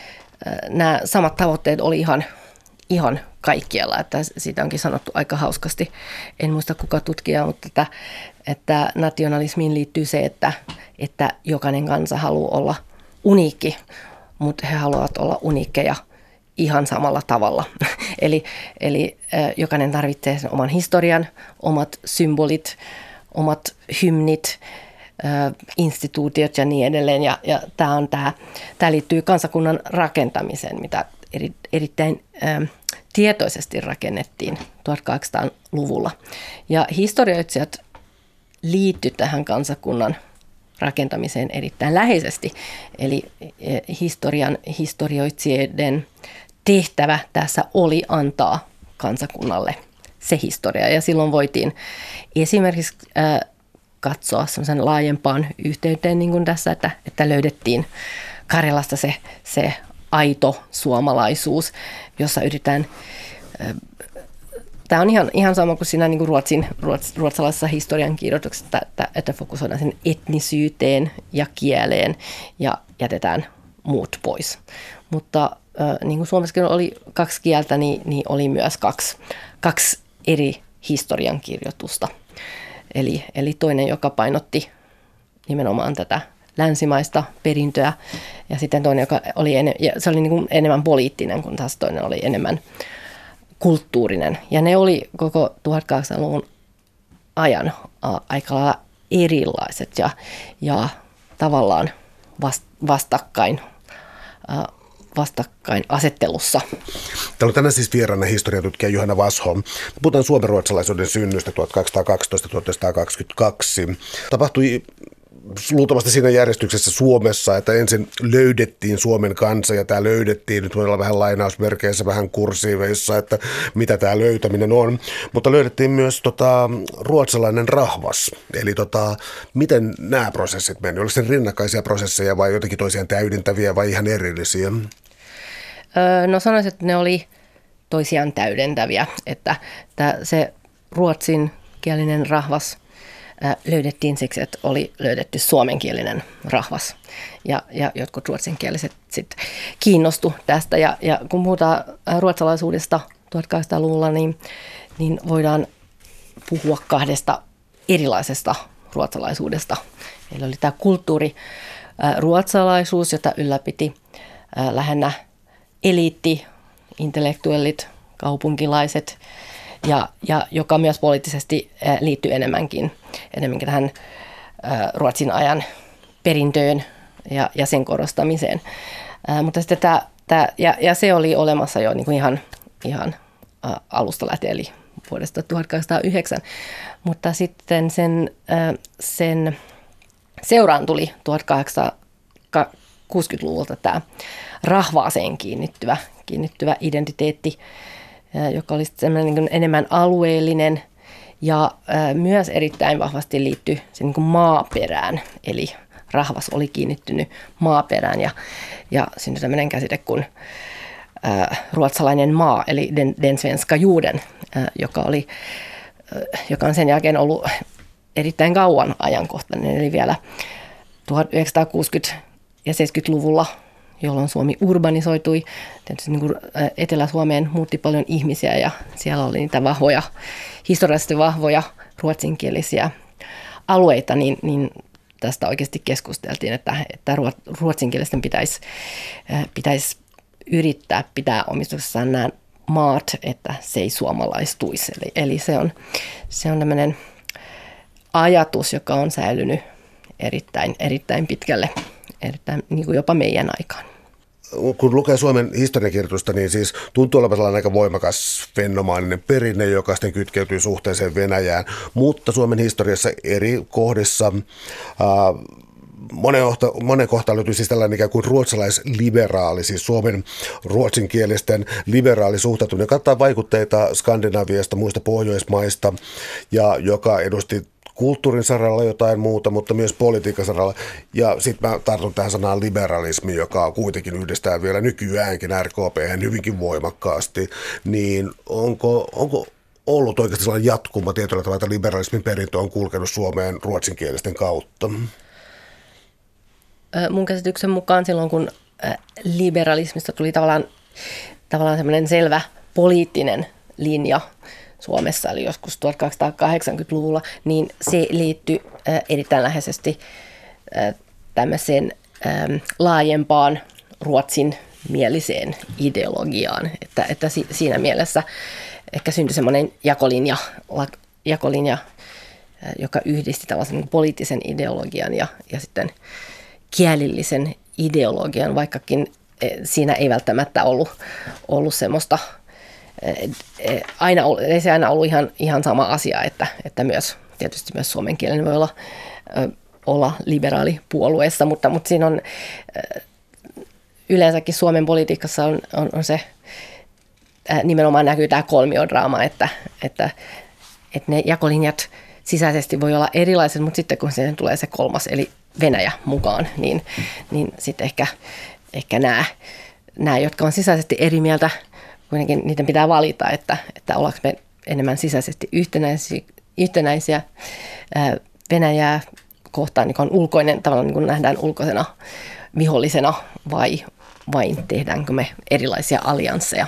nämä samat tavoitteet oli ihan, ihan kaikkialla, että siitä onkin sanottu aika hauskasti. En muista kuka tutkija, mutta että, että nationalismiin liittyy se, että, että jokainen kansa haluaa olla uniikki, mutta he haluavat olla uniikkeja ihan samalla tavalla. eli, eli jokainen tarvitsee sen oman historian, omat symbolit, omat hymnit, instituutiot ja niin edelleen. Ja, ja tämä, on tämä, tämä liittyy kansakunnan rakentamiseen, mitä eri, erittäin ä, tietoisesti rakennettiin tuhatkahdeksansataaluvulla. Ja historioitsijat liittyivät tähän kansakunnan rakentamiseen erittäin läheisesti. Eli historian historioitsijoiden tehtävä tässä oli antaa kansakunnalle se historia. Ja silloin voitiin esimerkiksi ä, katsoa semmoisen laajempaan yhteyteen niin kuin tässä, että, että löydettiin Karjalasta se, se aito suomalaisuus, jossa yritetään, tämä on ihan, ihan sama kuin siinä niin kuin Ruotsin, ruots, ruotsalaisessa historiankirjoituksessa, että, että fokusoidaan sen etnisyyteen ja kieleen ja jätetään muut pois. Mutta niin kuin Suomessakin oli kaksi kieltä, niin, niin oli myös kaksi, kaksi eri historiankirjoitusta. Eli, eli toinen, joka painotti nimenomaan tätä länsimaista perintöä, ja sitten toinen, joka oli, ene, ja se oli niin kuin enemmän poliittinen, kun taas toinen oli enemmän kulttuurinen. Ja ne oli koko tuhatkahdeksansataaluvun ajan a, aika lailla erilaiset ja, ja tavallaan vast, vastakkain, a, vastakkain asettelussa. Täällä on tänään siis vieraana historiatutkija Johanna Washolm. Puhutaan suomenruotsalaisuuden synnystä tuhatkahdeksansataakaksitoista tuhatyhdeksänsataakaksikymmentäkaksi. Tapahtui luultavasti siinä järjestyksessä Suomessa, että ensin löydettiin Suomen kansa, ja tämä löydettiin, nyt voi olla vähän lainausmerkeissä, vähän kursiiveissa, että mitä tämä löytäminen on, mutta löydettiin myös tota, ruotsalainen rahvas. Eli tota, miten nämä prosessit menivät? Oliko se rinnakkaisia prosesseja vai jotenkin toisiaan täydentäviä vai ihan erillisiä? Öö, no sanoisin, että ne oli toisiaan täydentäviä, että, että se ruotsinkielinen rahvas löydettiin siksi, että oli löydetty suomenkielinen rahvas, ja, ja jotkut ruotsinkieliset sitten kiinnostu tästä. Ja, ja kun puhutaan ruotsalaisuudesta tuhatkahdeksansataaluvulla, niin, niin voidaan puhua kahdesta erilaisesta ruotsalaisuudesta. Eli oli tämä kulttuuri ruotsalaisuus, jota ylläpiti lähinnä eliitti, intellektuellit, kaupunkilaiset, ja, ja joka myös poliittisesti liittyy enemmänkin, enemmänkin tähän Ruotsin ajan perintöön ja, ja sen korostamiseen. Ää, mutta sitten tämä, tämä ja, ja se oli olemassa jo niin kuin ihan, ihan ä, alusta lähtien, eli vuodesta tuhatkahdeksansataayhdeksän. Mutta sitten sen, ä, sen seuraan tuli tuhatkahdeksansataakuusikymmentäluvulta tämä rahvaaseen kiinnittyvä, kiinnittyvä identiteetti, ä, joka oli niin kuin enemmän alueellinen ja ä, myös erittäin vahvasti liittyi se niin kuin maaperään, eli rahvas oli kiinnittynyt maaperään ja, ja syntyi tämmöinen käsite kuin ä, ruotsalainen maa, eli den, den svenska jorden, ä, joka, oli, ä, joka on sen jälkeen ollut erittäin kauan ajankohtainen, eli vielä tuhatyhdeksänsataakuusikymmentä- ja seitsemänkymmentäluvulla, jolloin Suomi urbanisoitui. Tietysti niin kuin Etelä-Suomeen muutti paljon ihmisiä ja siellä oli niitä vahvoja, historiallisesti vahvoja ruotsinkielisiä alueita, niin, niin tästä oikeasti keskusteltiin, että, että ruotsinkielisten pitäisi, pitäisi yrittää pitää omistuksessaan nämä maat, että se ei suomalaistuisi. Eli, eli se on, se on tämmöinen ajatus, joka on säilynyt erittäin, erittäin pitkälle, erittäin, niin kuin jopa meidän aikaan. Kun lukee Suomen historiankirjoitusta, niin siis tuntuu olevan sellainen aika voimakas fenomaaninen perinne, joka sitten kytkeytyy suhteeseen Venäjään, mutta Suomen historiassa eri kohdissa ää, monen, monen kohtaan löytyy siis tällainen ikään kuin ruotsalaisliberaali, siis Suomen ruotsinkielisten liberaali suhtautuminen, joka kattaa vaikutteita Skandinaviasta, muista Pohjoismaista, ja joka edusti kulttuurin saralla jotain muuta, mutta myös politiikan saralla. Ja sitten mä tartun tähän sanaan liberalismi, joka kuitenkin yhdistää vielä nykyäänkin R K P:hen hyvinkin voimakkaasti. Niin onko, onko ollut oikeasti sellainen jatkuma tietyllä tavalla, että liberalismin perintö on kulkenut Suomeen ruotsinkielisten kautta? Mun käsityksen mukaan silloin, kun liberalismista tuli tavallaan, tavallaan semmoinen selvä poliittinen linja Suomessa, eli joskus tuhatkahdeksansataakahdeksankymmentäluvulla, niin se liittyi äh, erittäin läheisesti äh, tämmöiseen äh, laajempaan ruotsin mieliseen ideologiaan. Että, että si, siinä mielessä ehkä syntyi semmoinen jakolinja, la, jakolinja äh, joka yhdisti tällaisen niin poliittisen ideologian ja, ja sitten kielillisen ideologian, vaikkakin äh, siinä ei välttämättä ollut, ollut semmoista aina, ei se aina ollut ihan, ihan sama asia, että, että myös, tietysti myös suomenkielinen voi olla, olla liberaali puolueessa, mutta, mutta siinä on yleensäkin Suomen politiikassa on, on, on se, nimenomaan näkyy tämä kolmiodraama, että, että, että ne jakolinjat sisäisesti voi olla erilaiset, mutta sitten kun siihen tulee se kolmas, eli Venäjä mukaan, niin, niin sitten ehkä, ehkä nämä, nämä, jotka on sisäisesti eri mieltä, kuitenkin niiden pitää valita, että, että ollaanko me enemmän sisäisesti yhtenäisiä, yhtenäisiä Venäjää kohtaan, niin kuin on ulkoinen, tavallaan niin kuin nähdään ulkoisena vihollisena, vai vain tehdäänkö me erilaisia alliansseja.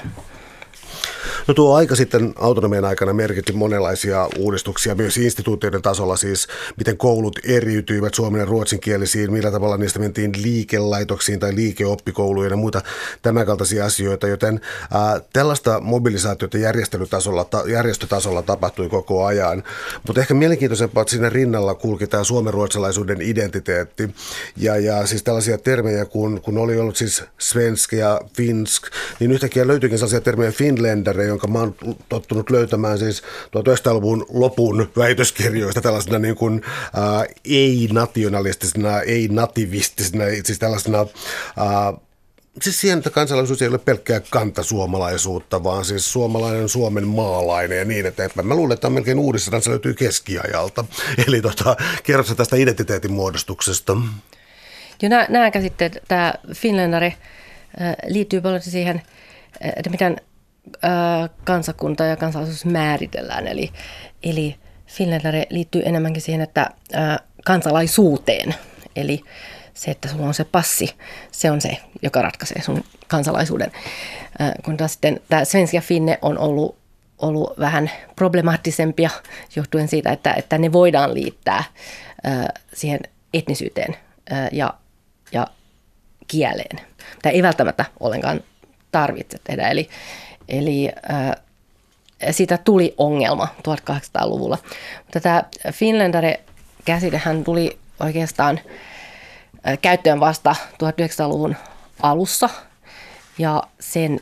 No tuo aika sitten autonomian aikana merkitti monenlaisia uudistuksia myös instituutioiden tasolla, siis miten koulut eriytyivät suomen ja ruotsinkielisiin, millä tavalla niistä mentiin liikelaitoksiin tai liikeoppikoulujen ja muita tämänkaltaisia asioita, joten ää, tällaista mobilisaatiota järjestelytasolla, ta, järjestötasolla tapahtui koko ajan, mutta ehkä mielenkiintoisempaa, että siinä rinnalla kulki tämä suomen-ruotsalaisuuden identiteetti ja, ja siis tällaisia termejä, kun, kun oli ollut siis svensk ja finsk, niin yhtäkkiä löytyikin sellaisia termejä finländare, jonka mä oon tottunut löytämään siis tuhatyhdeksänsataaluvun lopun väitöskirjoista tällaisena niin kuin ää, ei-nationalistisena, ei-nativistisena, siis tällaisena, ää, siis siihen, että kansalaisuus ei ole pelkkää kantasuomalaisuutta, vaan siis suomalainen Suomen maalainen ja niin eteenpäin. Mä luulen, että on melkein uudessa se löytyy keskiajalta. Eli tota, kerrotko tästä identiteetin muodostuksesta? Joo, nämä, nämä käsitteet, tämä finländare liittyy paljon siihen, että miten kansakunta ja kansalaisuus määritellään. Eli, eli finländare liittyy enemmänkin siihen, että kansalaisuuteen. Eli se, että sulla on se passi, se on se, joka ratkaisee sun kansalaisuuden. Kun taas sitten tämä svenska finne on ollut, ollut vähän problemaattisempia johtuen siitä, että, että ne voidaan liittää siihen etnisyyteen ja, ja kieleen. Tämä ei välttämättä ollenkaan tarvitse tehdä, eli, eli siitä tuli ongelma tuhatkahdeksansataaluvulla. Mutta tämä Finländare-käsitehän tuli oikeastaan käyttöön vasta tuhatyhdeksänsataaluvun alussa ja sen,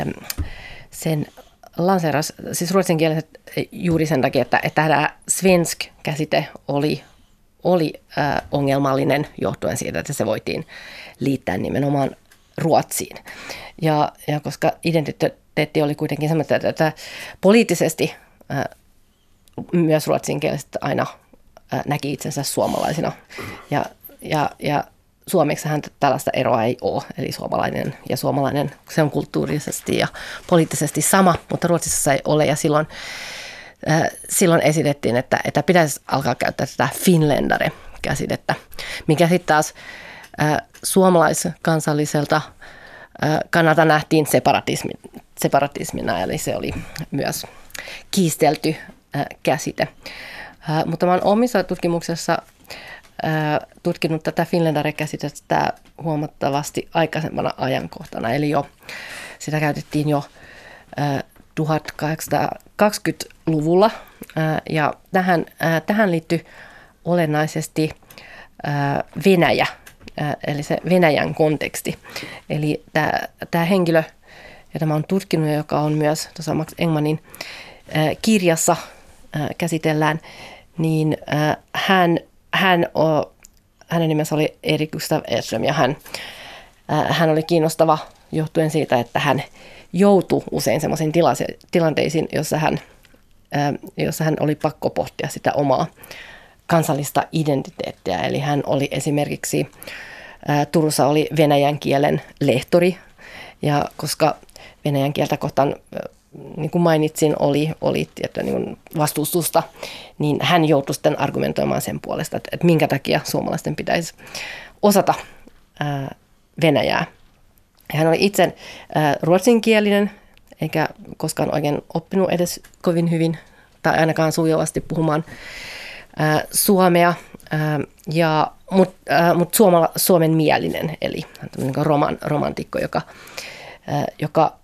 sen lanseeras, siis ruotsinkieliset juuri sen takia, että, että tämä svensk-käsite oli, oli ongelmallinen johtuen siitä, että se voitiin liittää nimenomaan Ruotsiin. Ja, ja koska identiteetti oli kuitenkin sellainen, että, että poliittisesti ää, myös ruotsinkieliset aina ää, näki itsensä suomalaisina. Ja, ja, ja suomeksihan tällaista eroa ei ole, eli suomalainen ja suomalainen, se on kulttuurisesti ja poliittisesti sama, mutta Ruotsissa se ei ole. Ja silloin, ää, silloin esitettiin, että, että pitäisi alkaa käyttää tätä finländare-käsitettä, mikä sitten taas ää, suomalaiskansalliselta kannalta nähtiin separatismi, separatismina, eli se oli myös kiistelty äh, käsite. Äh, mutta mä olen omissa tutkimuksessa äh, tutkinut tätä finländare-käsitettä huomattavasti aikaisemmana ajankohtana, eli jo sitä käytettiin jo äh, tuhatkahdeksansataakaksikymmentäluvulla, äh, ja tähän, äh, tähän liittyi olennaisesti äh, Venäjä, eli se Venäjän konteksti. Eli tämä, tämä henkilö, jota mä oon tutkinut, joka on myös tuossa Max Engmanin kirjassa käsitellään, niin hän, hän o, hänen nimensä oli Erik Gustav Edström, ja hän, hän oli kiinnostava johtuen siitä, että hän joutui usein sellaisiin tilanteisiin, jossa hän, jossa hän oli pakko pohtia sitä omaa kansallista identiteettiä. Eli hän oli esimerkiksi, ää, Turussa oli venäjän kielen lehtori, ja koska venäjän kieltä kohtaan, niin kuin mainitsin, oli, oli tiettyä niin vastustusta, niin hän joutui sitten argumentoimaan sen puolesta, että, että minkä takia suomalaisten pitäisi osata ää, venäjää. Hän oli itse ää, ruotsinkielinen, eikä koskaan oikein oppinut edes kovin hyvin, tai ainakaan sujuvasti puhumaan suomea, ja, mutta mut suomala, suomenmielinen, eli niin roman, romantikko, joka, joka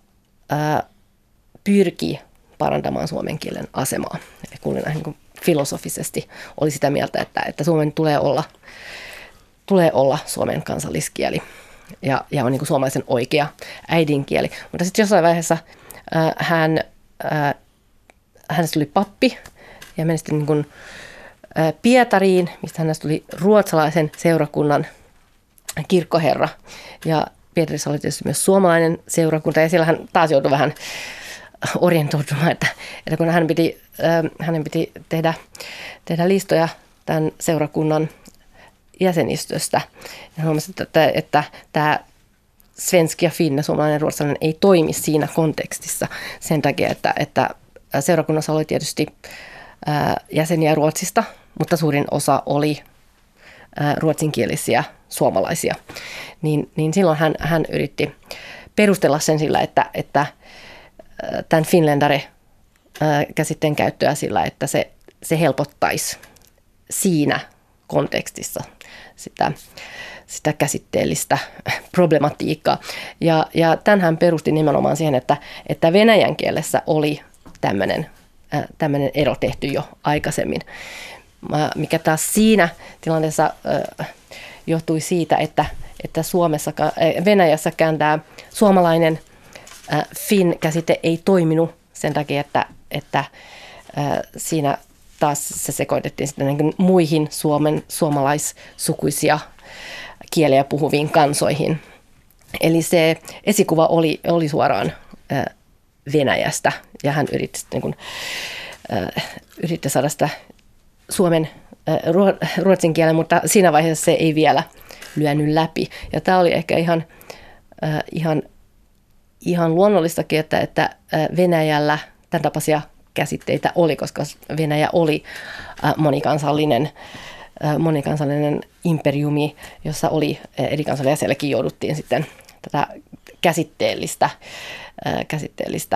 pyrkii parantamaan suomen kielen asemaa. Eli kun niin filosofisesti oli sitä mieltä, että, että suomen tulee olla, tulee olla suomen kansalliskieli ja, ja on niin kuin suomalaisen oikea äidinkieli. Mutta sitten jossain vaiheessa hän, hänestä tuli pappi ja meni sitten niin kuin Pietariin, mistä hänestä tuli ruotsalaisen seurakunnan kirkkoherra. Ja Pietarissa oli tietysti myös suomalainen seurakunta, ja siellä hän taas joutui vähän orientoitumaan, että, että kun hän piti, äh, hänen piti tehdä, tehdä listoja tämän seurakunnan jäsenistöstä, ja huomasi, että, että, että tämä svenski ja finne, suomalainen ja ruotsalainen, ei toimi siinä kontekstissa sen takia, että, että seurakunnassa oli tietysti äh, jäseniä Ruotsista, mutta suurin osa oli ää, ruotsinkielisiä suomalaisia. Niin, niin silloin hän, hän yritti perustella sen sillä, että, että tämän Finländare-käsitteen käyttöä sillä, että se, se helpottaisi siinä kontekstissa sitä, sitä käsitteellistä problematiikkaa. Ja, ja tämän hän perusti nimenomaan siihen, että, että venäjän kielessä oli tämmöinen, ää, tämmöinen ero tehty jo aikaisemmin, mikä taas siinä tilanteessa äh, johtui siitä, että, että Suomessa, äh, Venäjässäkään tämä suomalainen äh, fin-käsite ei toiminut sen takia, että, että äh, siinä taas se sekoitettiin sitten niin kuin muihin Suomen suomalaissukuisia kieliä puhuviin kansoihin. Eli se esikuva oli, oli suoraan äh, Venäjästä, ja hän yritti, niin kuin, äh, yritti saada sitä suomen, äh, ruotsin kielen, mutta siinä vaiheessa se ei vielä lyönyt läpi. Ja tämä oli ehkä ihan, äh, ihan, ihan luonnollistakin, että, että äh, Venäjällä tämän tapaisia käsitteitä oli, koska Venäjä oli äh, monikansallinen, äh, monikansallinen imperiumi, jossa oli äh, eri kansoja, ja sielläkin jouduttiin sitten tätä käsitteellistä, äh, käsitteellistä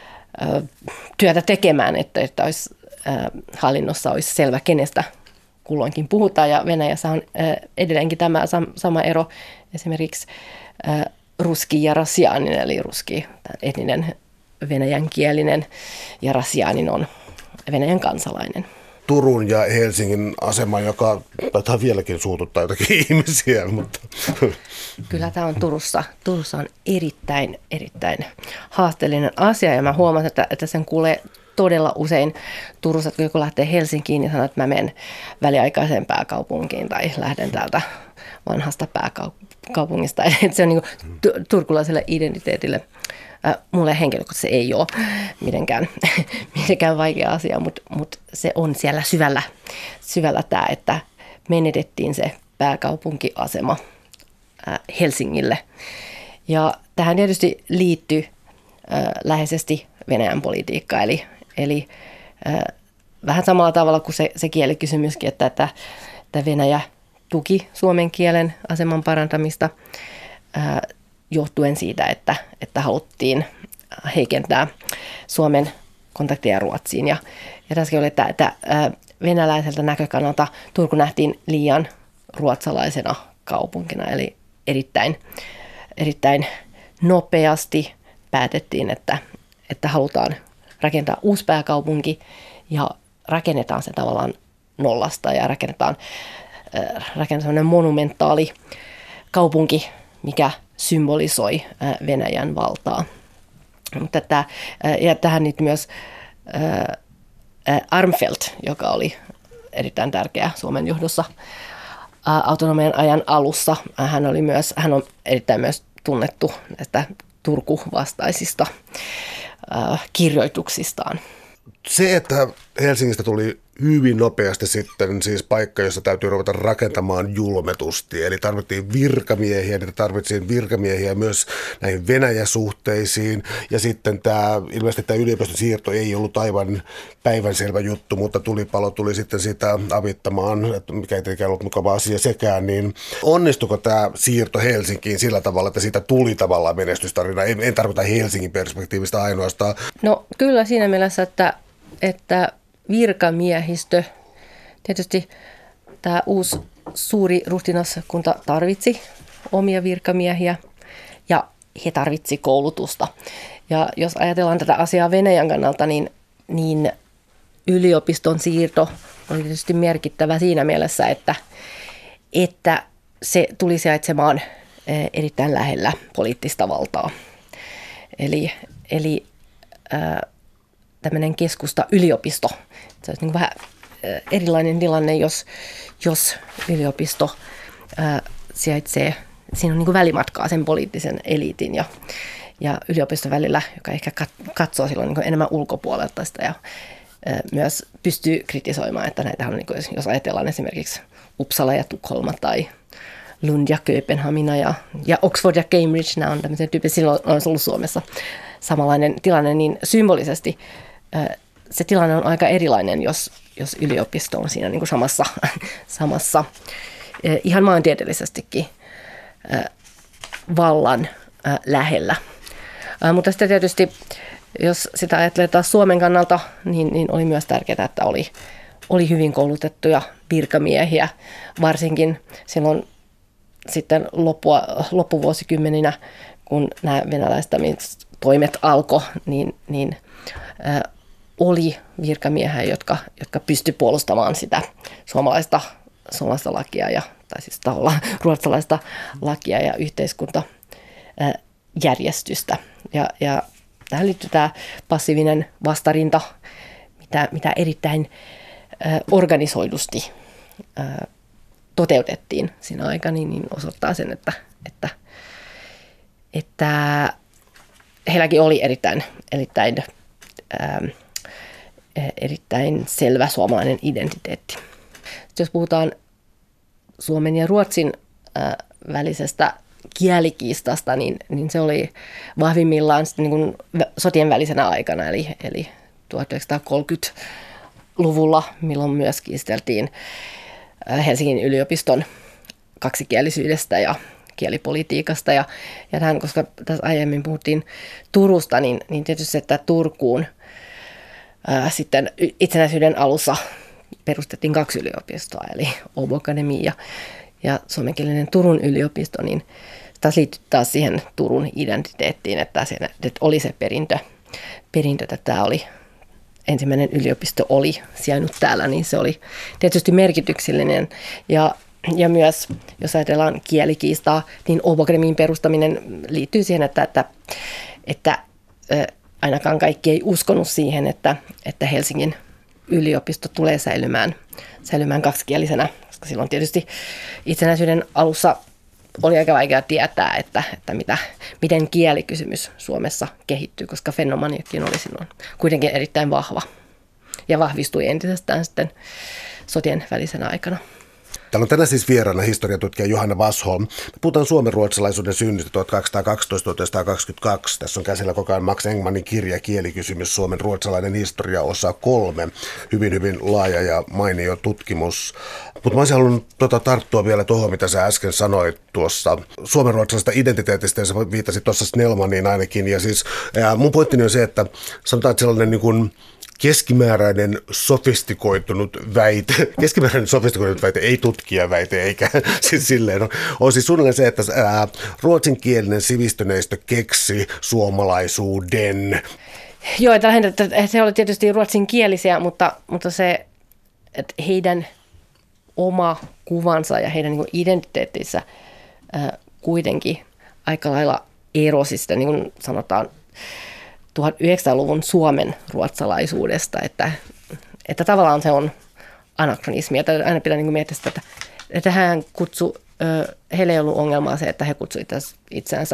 äh, työtä tekemään, että, että olisi, äh, hallinnossa olisi selvä, kenestä kulloinkin puhutaan. Ja Venäjässä on edelleenkin tämä sama ero esimerkiksi ruski ja rasiaanin, eli ruski etninen venäjänkielinen ja rasiaanin on Venäjän kansalainen. Turun ja Helsingin asema, joka taitaa vieläkin suututtaa jotakin ihmisiä. Mutta. Kyllä tämä on Turussa. Turussa on erittäin, erittäin haasteellinen asia ja mä huomaan, että, että sen kuulee todella usein Turussa, että kun joku lähtee Helsinkiin ja sanoo, että mä menen väliaikaiseen pääkaupunkiin tai lähden täältä vanhasta pääkaupungista. Että se on niin kuin turkulaiselle identiteetille. Mulle henkilökohtaisesti se ei ole mitenkään, mitenkään vaikea asia, mutta, mutta se on siellä syvällä, syvällä tämä, että menetettiin se pääkaupunkiasema Helsingille. Ja tähän tietysti liittyy läheisesti Venäjän politiikka, eli, eli vähän samalla tavalla kuin se, se kielikysymyskin, että, että, että Venäjä tuki suomen kielen aseman parantamista johtuen siitä, että, että haluttiin heikentää Suomen kontakteja Ruotsiin. Ja, ja tässäkin oli, että, että venäläiseltä näkökannalta Turku nähtiin liian ruotsalaisena kaupunkina, eli erittäin, erittäin nopeasti päätettiin, että, että halutaan rakentaa uusi pääkaupunki ja rakennetaan se tavallaan nollasta ja rakennetaan, rakennetaan sellainen monumentaali kaupunki, mikä symbolisoi Venäjän valtaa. Mutta tämä, ja tähän nyt myös Armfelt, joka oli erittäin tärkeä Suomen johdossa autonomian ajan alussa. Hän, oli myös, hän on erittäin myös tunnettu näistä Turku-vastaisista kirjoituksistaan. Se, että Helsingistä tuli hyvin nopeasti sitten siis paikka, jossa täytyy ruveta rakentamaan julmetusti. Eli tarvittiin virkamiehiä, niitä tarvittiin virkamiehiä myös näihin Venäjä-suhteisiin. Ja sitten tämä, ilmeisesti tämä yliopistosiirto ei ollut aivan päivänselvä juttu, mutta tulipalo tuli sitten sitä avittamaan, mikä ei tietenkään ollut mukava asia sekään. Niin onnistuiko tämä siirto Helsinkiin sillä tavalla, että siitä tuli tavallaan menestystarina? En, en tarkoita Helsingin perspektiivistä ainoastaan. No kyllä siinä mielessä, että, että virkamiehistö, tietysti tämä uusi suuri ruhtinaskunta tarvitsi omia virkamiehiä ja he tarvitsi koulutusta. Ja jos ajatellaan tätä asiaa Venäjän kannalta, niin, niin yliopiston siirto oli tietysti merkittävä siinä mielessä, että, että se tuli sijaitsemaan erittäin lähellä poliittista valtaa. Eli, eli äh, tämmöinen keskusta-yliopisto. Se olisi niin kuin vähän erilainen tilanne, jos, jos yliopisto ää, sijaitsee, siinä on niin kuin välimatkaa sen poliittisen eliitin ja, ja yliopiston välillä, joka ehkä katsoo silloin niin kuin enemmän ulkopuolelta sitä ja ää, myös pystyy kritisoimaan, että näitä on, niin kuin, jos ajatellaan esimerkiksi Uppsala ja Tukholma tai Lund ja Kööpenhamina ja, ja Oxford ja Cambridge, nämä on tämmöisiä tyyppisiä, silloin on ollut Suomessa samanlainen tilanne, niin symbolisesti se tilanne on aika erilainen, jos, jos yliopisto on siinä niin kuin samassa, samassa ihan maantieteellisestikin vallan lähellä. Mutta sitten tietysti, jos sitä ajattelee taas Suomen kannalta, niin, niin oli myös tärkeää, että oli, oli hyvin koulutettuja virkamiehiä, varsinkin silloin sitten loppua, loppuvuosikymmeninä, kun nämä venäläistämistoimet alkoi, niin, niin ä, oli virkamiehiä, jotka, jotka pysty puolustamaan sitä suomalaista, suomalaista lakia, ja, tai siis tavallaan ruotsalaista lakia ja yhteiskuntajärjestystä. Ja, ja tähän liittyy tämä passiivinen vastarinta, mitä, mitä erittäin ä, organisoidusti ä, toteutettiin siinä aikana, niin, niin osoittaa sen, että, että, että heilläkin oli erittäin, erittäin, ää, erittäin selvä suomalainen identiteetti. Sitten jos puhutaan Suomen ja Ruotsin ää, välisestä kielikiistasta, niin, niin se oli vahvimmillaan sitten niin kuin sotien välisenä aikana, eli, eli tuhatyhdeksänsataakolmekymmentäluvulla, milloin myös kiisteltiin Helsingin yliopiston kaksikielisyydestä ja kielipolitiikasta. Ja, ja tähän, koska tässä aiemmin puhuttiin Turusta, niin, niin tietysti, että Turkuun ää, sitten itsenäisyyden alussa perustettiin kaksi yliopistoa, eli Åbo Akademi ja, ja suomenkielinen Turun yliopisto, niin taas liittyy taas siihen Turun identiteettiin, että, siinä, että oli se perintö, perintö, että tämä oli ensimmäinen yliopisto oli sijainnut täällä, niin se oli tietysti merkityksellinen. Ja, ja myös, jos ajatellaan kielikiistaa, niin Åbo Akademin perustaminen liittyy siihen, että, että, että ainakaan kaikki ei uskonut siihen, että, että Helsingin yliopisto tulee säilymään, säilymään kaksikielisenä, koska silloin tietysti itsenäisyyden alussa oli aika vaikea tietää, että, että mitä, miten kielikysymys Suomessa kehittyy, koska fenomaniakin oli silloin kuitenkin erittäin vahva ja vahvistui entisestään sitten sotien välisenä aikana. Täällä on tänään siis vieraana historiatutkija Johanna Washolm. Me puhutaan suomenruotsalaisuuden synnystä tuhatkahdeksansataakaksitoista tuhatyhdeksänsataakaksikymmentäkaksi. Tässä on käsillä koko ajan Max Engmanin kirja Kielikysymys, Suomen ruotsalainen historia, osa kolme. Hyvin, hyvin laaja ja mainio tutkimus. Mutta mä olisin halunnut tota, tarttua vielä tuohon, mitä sä äsken sanoit tuossa suomenruotsalaisesta identiteetistä, ja sä viittasit tuossa Snellmaniin ainakin. Ja siis ää, mun pointtini on se, että sanotaan, että sellainen niin kuin keskimääräinen sofistikoitunut väite, keskimääräinen sofistikoitunut väite, ei tutkijaväite, eikä siis silleen, on, on siis suunnilleen se, että ää, ruotsinkielinen sivistyneistö keksi suomalaisuuden. Joo, että se oli tietysti ruotsinkielisiä, mutta, mutta se, että heidän oma kuvansa ja heidän niin kuin identiteettinsä ää, kuitenkin aika lailla erosi sitä, niin kuin sanotaan, tuhatyhdeksänsataaluvun Suomen ruotsalaisuudesta, että, että tavallaan se on anakronismi. Että aina pitää niin kuin miettiä sitä, että, että hän kutsu, heillä ei ollut ongelmaa se, että he kutsuivat itseänsä,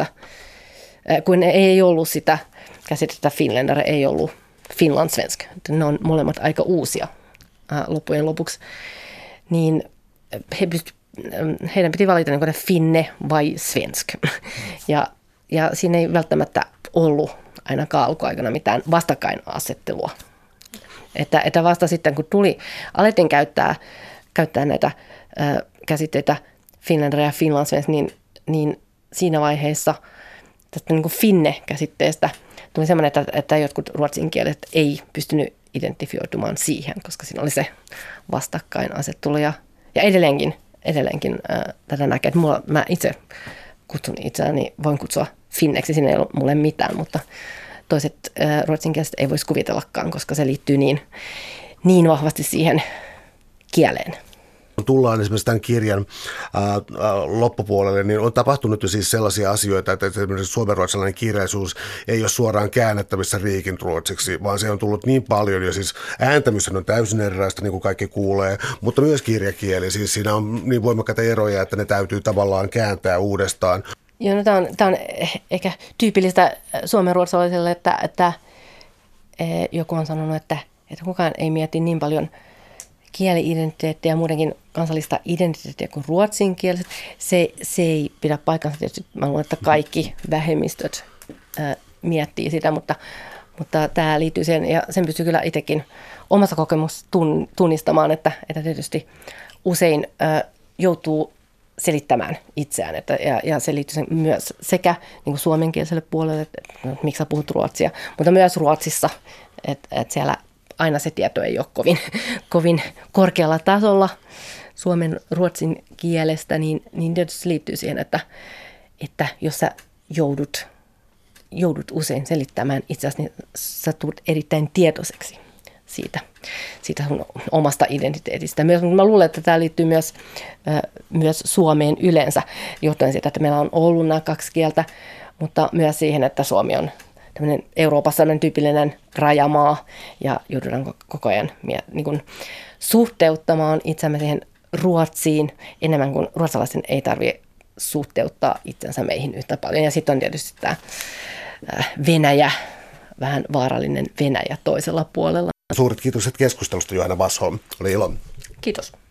kun ei ollut sitä käsitettä Finländare, ei ollut finlandssvensk. Ne on molemmat aika uusia loppujen lopuksi. Niin he pysty, heidän piti valita niin kuin finne vai svensk. Ja, ja siinä ei välttämättä ollut ainakaan alkuaikana mitään vastakkainasettelua. Että, että vasta sitten, kun tuli, alettiin käyttää, käyttää näitä ö, käsitteitä Finländare ja finlandssvensk, niin, niin siinä vaiheessa tästä niin kuin finne-käsitteestä tuli sellainen, että, että jotkut ruotsinkieliset ei pystynyt identifioitumaan siihen, koska siinä oli se vastakkainasettelu. Ja, ja edelleenkin, edelleenkin ö, tätä näkee, että mulla, mä itse kutsun itseäni, voin kutsua finneksi, siinä ei ole mulle mitään, mutta toiset äh, ruotsinkieliset ei voisi kuvitellakaan, koska se liittyy niin, niin vahvasti siihen kieleen. Tullaan esimerkiksi tämän kirjan ää, ää, loppupuolelle, niin on tapahtunut jo siis sellaisia asioita, että esimerkiksi suomenruotsalainen kirjallisuus ei ole suoraan käännettävissä riikinruotsiksi, vaan se on tullut niin paljon, ja siis ääntämys on täysin erilaista, niin kuin kaikki kuulee, mutta myös kirjakieli, siis siinä on niin voimakkaita eroja, että ne täytyy tavallaan kääntää uudestaan. Joo, no, tämä on, tämä on ehkä tyypillistä suomenruotsalaiselle, että, että joku on sanonut, että, että kukaan ei mieti niin paljon kieli-identiteettiä ja muutenkin kansallista identiteettiä kuin ruotsinkieliset. Se, se ei pidä paikkansa. Tietysti mä luulen, että kaikki vähemmistöt ää, miettii sitä, mutta, mutta tämä liittyy siihen, ja sen pystyy kyllä itsekin omassa kokemuksessa tunnistamaan, että, että tietysti usein ää, joutuu selittämään itseään, että, ja, ja se liittyy myös sekä niin kuin suomenkieliselle puolelle, että, että miksi sä puhut ruotsia, mutta myös Ruotsissa, että, että siellä aina se tieto ei ole kovin, kovin korkealla tasolla suomen ruotsin kielestä, niin, niin tietysti liittyy siihen, että, että jos sä joudut, joudut usein selittämään itseäsi, niin sä tulet erittäin tietoiseksi siitä, siitä sun omasta identiteetistä. Myös, mä luulen, että tämä liittyy myös, myös Suomeen yleensä, johtuen siitä, että meillä on ollut nämä kaksi kieltä, mutta myös siihen, että Suomi on tämmöinen Euroopassa tyypillinen rajamaa ja joudutaan koko ajan niin kuin suhteuttamaan itsemme siihen Ruotsiin enemmän kuin ruotsalaisten ei tarvitse suhteuttaa itsensä meihin yhtä paljon. Ja sitten on tietysti tämä Venäjä, vähän vaarallinen Venäjä toisella puolella. Suuret kiitokset keskustelusta, Johanna Washolm. Oli ilo. Kiitos.